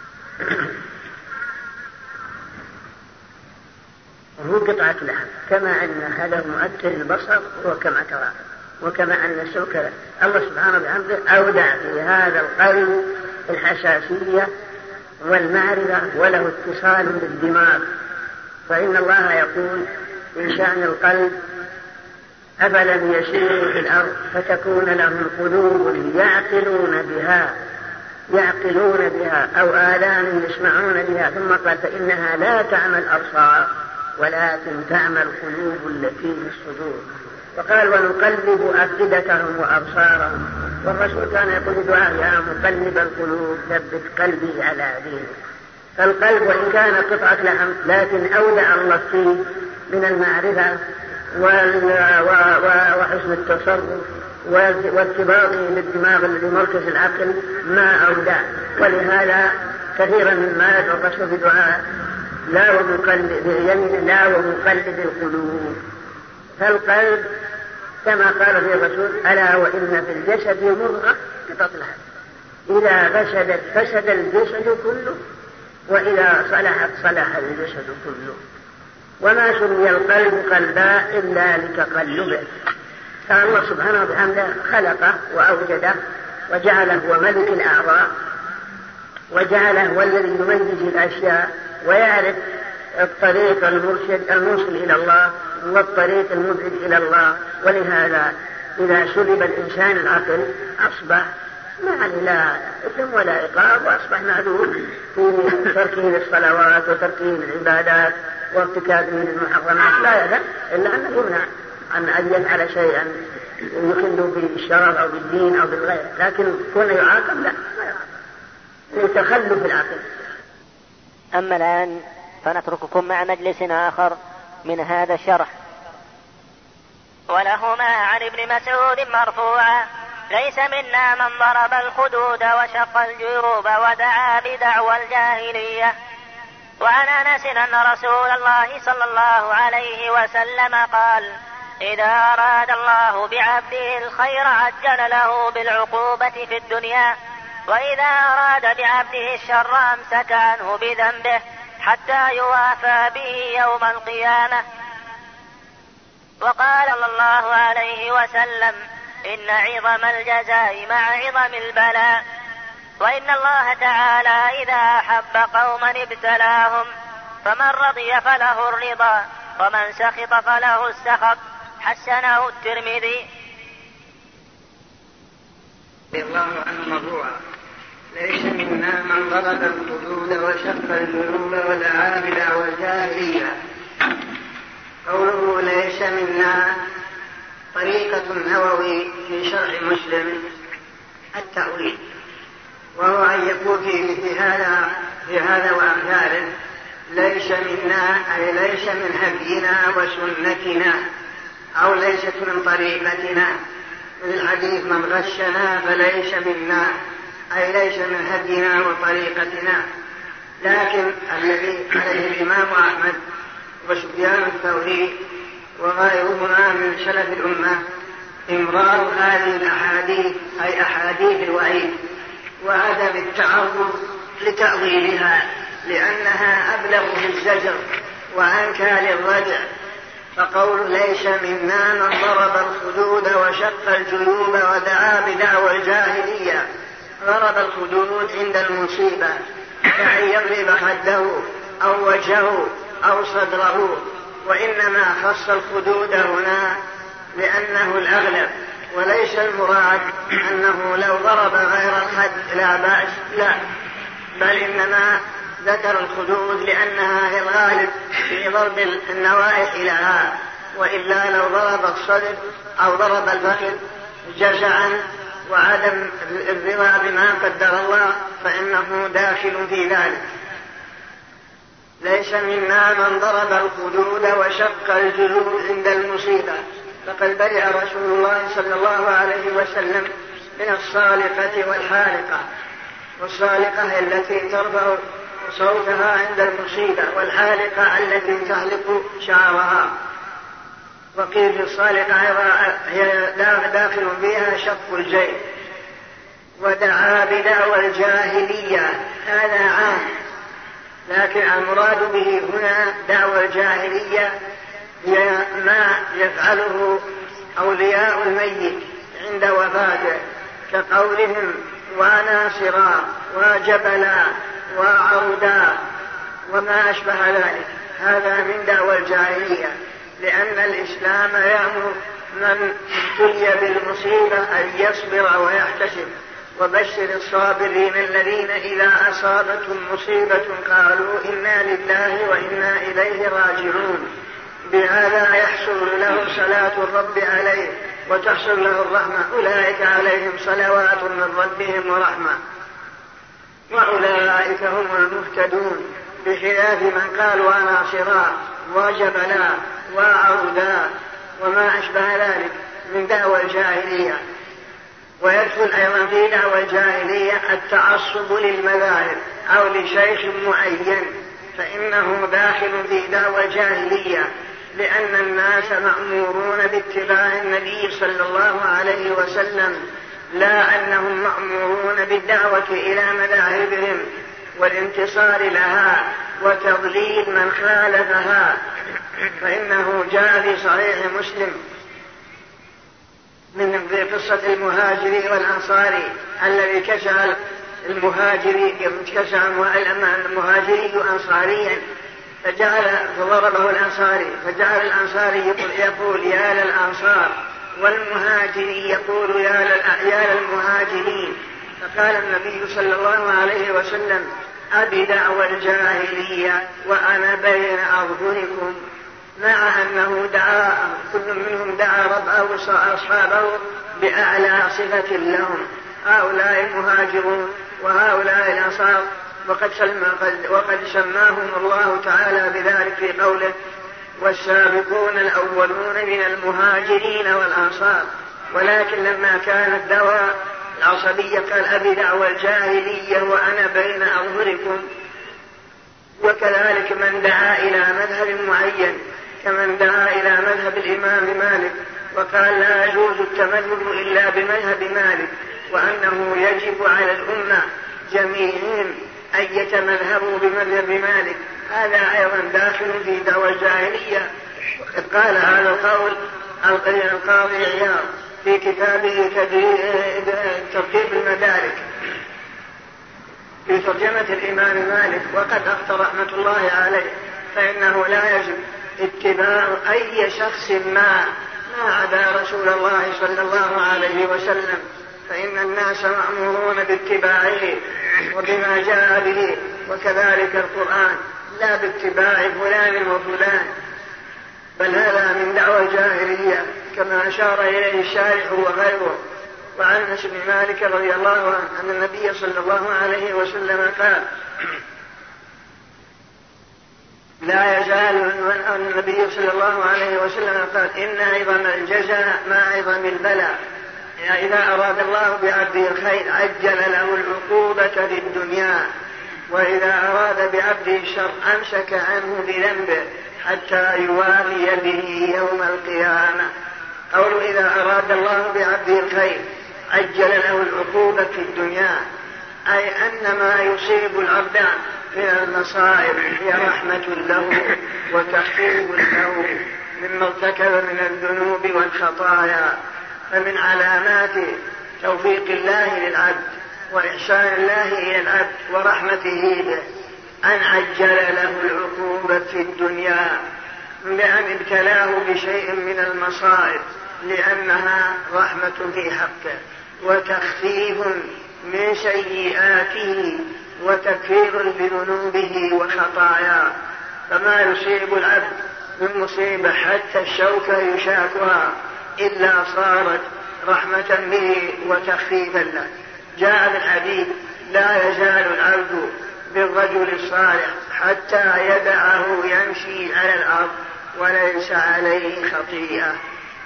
S2: هو قطعة لحم، كما أن هذا مؤثر البصر وكما ترى، وكما أن السكر الله سبحانه وتعالى أودع في هذا القلب الحساسية والمعرفة وله اتصال بالدماغ. فإن الله يقول إن شأن القلب أفلم يسيروا في الأرض فتكون لهم قلوب يعقلون بها يعقلون بها أو آذان يسمعون بها، ثم قال فإنها لا تعمى الأبصار ولكن تعمى القلوب التي في الصدور. فقال ونقلب أفئدتهم وأبصارهم، والرسول كان يقول دعاء يا مقلب القلوب ثبت قلبي على دينك. فالقلب وإن كان قطعة لحم لكن أودع الله فيه من المعرفة وحسن التصرف وارتباطه بالدماغ الذي مركز العقل ما أودع. ولهذا كثيرا مما يدعو الرسول بدعاء لا ومقلب يمين لا ومقلب القلوب. فالقلب كما قال في الرسول ألا وإن في الجسد مضغة قطعة لحم إذا فسدت فسد الجسد كله وإذا صلحت صلح الجسد كله. وما سمي القلب قلبا إلا لتقلبه. فالله سبحانه وتعالى خلقه وأوجده وجعله هو ملك الأعضاء وجعله هو الذي يميز الأشياء ويعرف الطريق المرشد الموصل إلى الله والطريق المبعد إلى الله. ولهذا إذا سلب الإنسان العقل أصبح ما لا إثم ولا عقاب، وأصبح معذور في تركه للصلوات وتركه للعبادات وارتكابه للمحرمات، لا يدع إلا أنه يمنع عن أن يفعل شيئا يخل بالشرع أو بالدين أو بالغير، لكن كون يعاقب لا ما يعاقب لتخلف العقل.
S3: أما الآن فنترككم مع مجلس آخر من هذا الشرح. ولهما عن ابن مسعود مرفوعا ليس منا من ضرب الخدود وشق الجيوب ودعا بدعوى الجاهلية. وعن أنس أن رسول الله صلى الله عليه وسلم قال إذا أراد الله بعبده الخير عجل له بالعقوبة في الدنيا، وإذا أراد بعبده الشر أمسك عنه بذنبه حتى يوافى به يوم القيامة. وقال صلى الله عليه وسلم إن عظم الجزاء مع عظم البلاء، وإن الله تعالى إذا أحب قوما ابتلاهم فمن رضي فله الرضا ومن سخط فله السخط. حسنه الترمذي.
S2: رضي الله عنه مرفوعا ليس منا من ضرب الخدود وشق الجنوب ودعا بدعوى الجاهلية. قوله ليس منا طريقة النووي في شرح مسلم التأويل، وهو أن يكون في مثل هذا في هذا وأمثاله ليس منا أي ليس من هدينا وسنتنا أو ليست من طريقتنا. من الحديث من غشنا فليس منا أي ليس من هدينا وطريقتنا. لكن الذي عليه الإمام أحمد وسفيان الثوري وغيرهما من سلف الأمة إمرار هذه الأحاديث أي أحاديث الوعيد وعدم التعرض لتأويلها، لأنها أبلغ في الزجر وأنكى للرجع. فقول ليس منا من ضرب الخدود وشق الجيوب ودعا بدعوى الجاهلية. ضرب الخدود عند المصيبة كأن يضرب خده أو وجهه أو صدره، وإنما خص الخدود هنا لأنه الأغلب، وليس المراد أنه لو ضرب غير الخد لا بأس، لا، بل إنما ذكر الخدود لأنها هي الغالب في ضرب النوائح لها، وإلا لو ضرب الصدر أو ضرب الفخذ جزعا وعدم الرضا بما قدر الله فإنه داخل في ذلك. ليس منا من ضرب الخدود وشق الجيوب عند المصيبة، فقد برئ رسول الله صلى الله عليه وسلم من الصالقة والحالقة. والصالقة هي التي ترفع صوتها عند المصيبة، والحالقة التي تحلق شعرها. وقيل الصالقة هي داخل فيها شق الجيب. ودعا بدعوى الجاهلية، هذا عام، لكن المراد به هنا دعوى الجاهلية هي ما يفعله أولياء الميت عند وفاته، كقولهم وناصرا وجبلا وعودا وما أشبه ذلك، هذا من دعوى الجاهلية، لأن الإسلام يأمر من ابتلي بالمصيبة أن يصبر ويحتسب، وبشر الصابرين الذين إذا أصابتهم مصيبة قالوا إنا لله وإنا إليه راجعون، بهذا يحصل له صلاة الرب عليه وتحصل له الرحمة، أولئك عليهم صلوات من ربهم ورحمة وأولئك هم المهتدون، بخلاف من قال وناصرا وجبلا وعودا وما أشبه ذلك من دعوى الجاهلية. ويدخل أيضا في دعوى الجاهلية التعصب للمذاهب أو لشيخ معين، فإنه داخل في دعوى الجاهلية، لأن الناس مأمورون باتباع النبي صلى الله عليه وسلم، لا أنهم مأمورون بالدعوة إلى مذاهبهم والانتصار لها وتضليل من خالفها. فإنه جاء في صحيح مسلم من في قصة المهاجري والأنصاري الذي كشف المهاجري كشف المهاجري أنصاريا فجعل فضربه الأنصاري، فجعل الأنصاري يقول يا للأنصار، والمهاجري يقول يا للمهاجرين. فقال النبي صلى الله عليه وسلم أبي دعوى الجاهلية وأنا بين أظهركم، مع أنه دعا كل منهم دعا ربه وأصحابه بأعلى صفة لهم، هؤلاء المهاجرون وهؤلاء الأنصار، وقد, وقد سماهم الله تعالى بذلك في قوله والسابقون الأولون من المهاجرين والأنصار. ولكن لما كانت دعوى العصبية قال أبي دعوى الجاهلية وأنا بين أظهركم. وكذلك من دعا إلى مذهب معين كمن دعا إلى مذهب الإمام مالك وقال لا يجوز التمذهب إلا بمذهب مالك، وأنه يجب على الأمة جميعهم أن يتمذهبوا بمذهب مالك، هذا أيضا داخل في دعوى الجاهلية. وقد قال هذا القول القاضي عياض في كتابه ترتيب المدارك في ترجمة الإمام مالك، وقد أخطأ رحمة الله عليه، فإنه لا يجب اتباع أي شخص ما ما عدا رسول الله صلى الله عليه وسلم، فإن الناس مأمورون باتباعه وبما جاء به، وكذلك القرآن، لا باتباع فلان وفلان، بل هذا من دعوى الجاهلية كما أشار إليه الشارح وغيره. وعن أنس بن مالك رضي الله عنه أن النبي صلى الله عليه وسلم قال لا يزال النبي صلى الله عليه وسلم قال إن عظم الجزاء ما عظم البلاء، إذا أراد الله بعبده الخير عجل له العقوبة في الدنيا، وإذا أراد بعبده الشر أمسك عنه بذنبه حتى يوافي به يوم القيامة. قول إذا أراد الله بعبده الخير عجل له العقوبة في الدنيا، أي أن ما يصيب العبد من المصائب هي رحمة له وتخفيف له مما ارتكب من الذنوب والخطايا. فمن علامات توفيق الله للعبد وإحسان الله إلى العبد ورحمته به أن عجل له العقوبة في الدنيا بأن ابتلاه بشيء من المصائب، لأنها رحمة في حقه وتخفيف من سيئاته وتكفير بذنوبه وخطاياه. فما يصيب العبد من مصيبة حتى الشوكة يشاكها إلا صارت رحمة به وتخفيفا له. جاء بالحديث لا يزال العبد بالرجل الصالح حتى يدعه يمشي على الأرض وليس عليه خطيئة.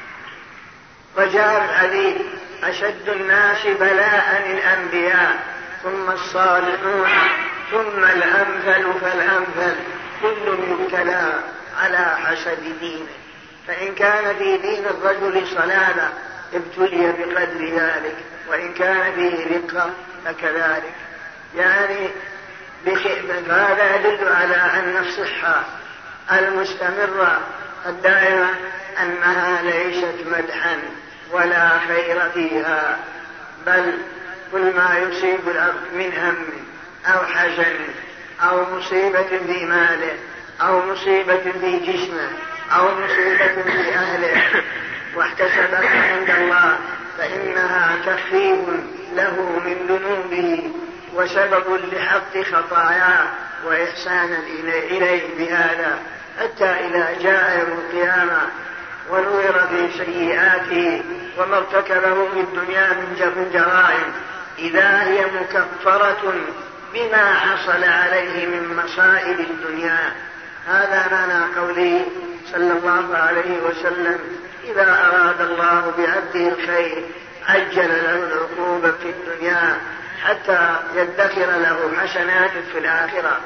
S2: وجاء بالحديث أشد الناس بلاء الأنبياء ثم الصالحون ثم الأمثل فالأمثل، كل يبتلى على حسب دينه، فإن كان في دين الرجل صلابة ابتلي بقدر ذلك، وإن كان فيه رقة فكذلك. يعني هذا يدل على أن الصحة المستمرة الدائمة أنها ليست مدحا ولا خير فيها، بل كل ما يصيب العبد من هم أو حزن أو مصيبة في ماله أو مصيبة في جسمه أو مصيبة في أهله واحتسبها عند الله فإنها تخفيف له من ذنوبه وسبب لحق خطاياه وإحسانا إليه بهذا، حتى إذا جاء يوم القيامة ونظر في سيئاته وما ارتكبه في الدنيا من جرائم إذا هي مكفرة بما حصل عليه من مصائب الدنيا. هذا معنى قوله صلى الله عليه وسلم: إذا أراد الله بعبده الخير عجل له العقوبة في الدنيا حتى يدخر له حسنات في الآخرة،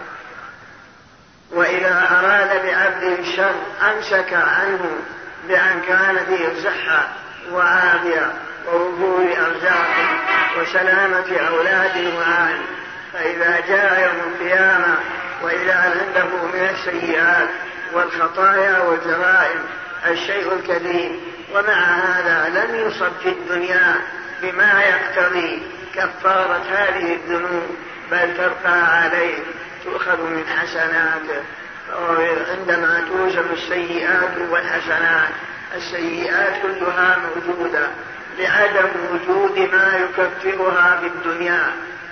S2: وإذا أراد بعبده الشر أمسك عنه بأن كان فيه صحة وعافية ووفور أرزاق وسلامة أولاد وأهل، فإذا جاء يوم القيامة وإذا عنده من السيئات والخطايا والجرائم الشيء الكثير، ومع هذا لم يصب في الدنيا بما يقتضي كفارة هذه الذنوب، بل تبقى عليه تؤخذ من حسناته. عندما توزن السيئات والحسنات السيئات كلها موجودة لعدم وجود ما يكفرها في الدنيا.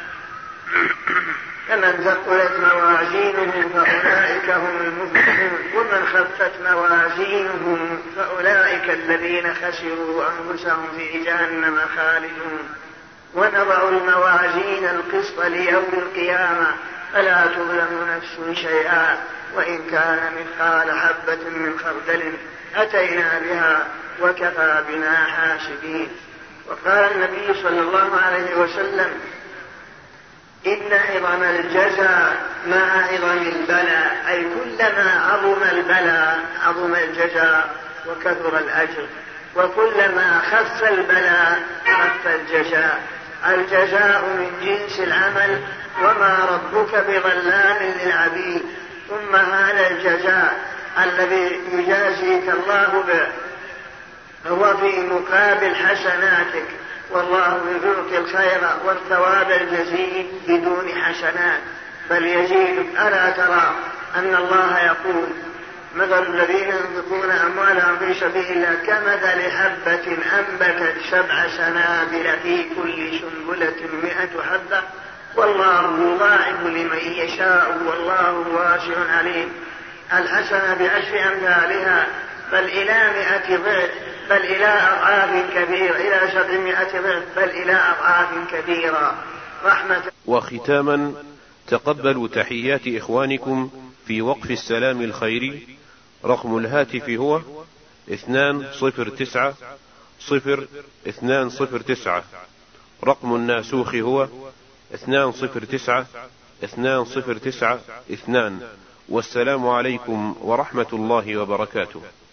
S2: فمن ثقلت موازينهم فأولئك هم المفلحون، ومن خفت موازينهم فأولئك الذين خسروا أنفسهم في جهنم خالدون. ونضع الموازين القسط ليوم القيامة فلا تظلم نفس شيئا وإن كان مثقال حبة من خردل أتينا بها وكفى بنا حاسبين. وقال النبي صلى الله عليه وسلم: إن عظم الجزاء مع عظم البلاء، أي كلما عظم البلاء عظم الجزاء وكثر الأجر، وكلما خف البلاء خف الجزاء. الجزاء من جنس العمل وما ربك بظلام للعبيد. ثم هذا الجزاء الذي يجازيك الله به هو في مقابل حسناتك، والله يعطي الخير والثواب الجزيل بدون حسنات بل يزيدك. ألا ترى أن الله يقول: مثل الذين ينفقون أموالهم في سبيل الله كمثل حبة أنبتت سبع سنابل في كل سنبلة مئة حبة والله يضاعف لمن يشاء والله واسع عليم. الحسنة بعشر أمثالها بل إلى مئة ضعف بل إلى أضعاف كبيرة إلى سبعمائة ضعف بل إلى أضعاف كبيرة رحمة.
S1: وختاما، تقبلوا تحيات إخوانكم في وقف السلام الخيري. رقم الهاتف هو اثنان صفر تسعة صفر اثنان صفر تسعة. رقم الناسوخ هو اثنان صفر تسعة اثنان صفر تسعة اثنان. والسلام عليكم ورحمة الله وبركاته.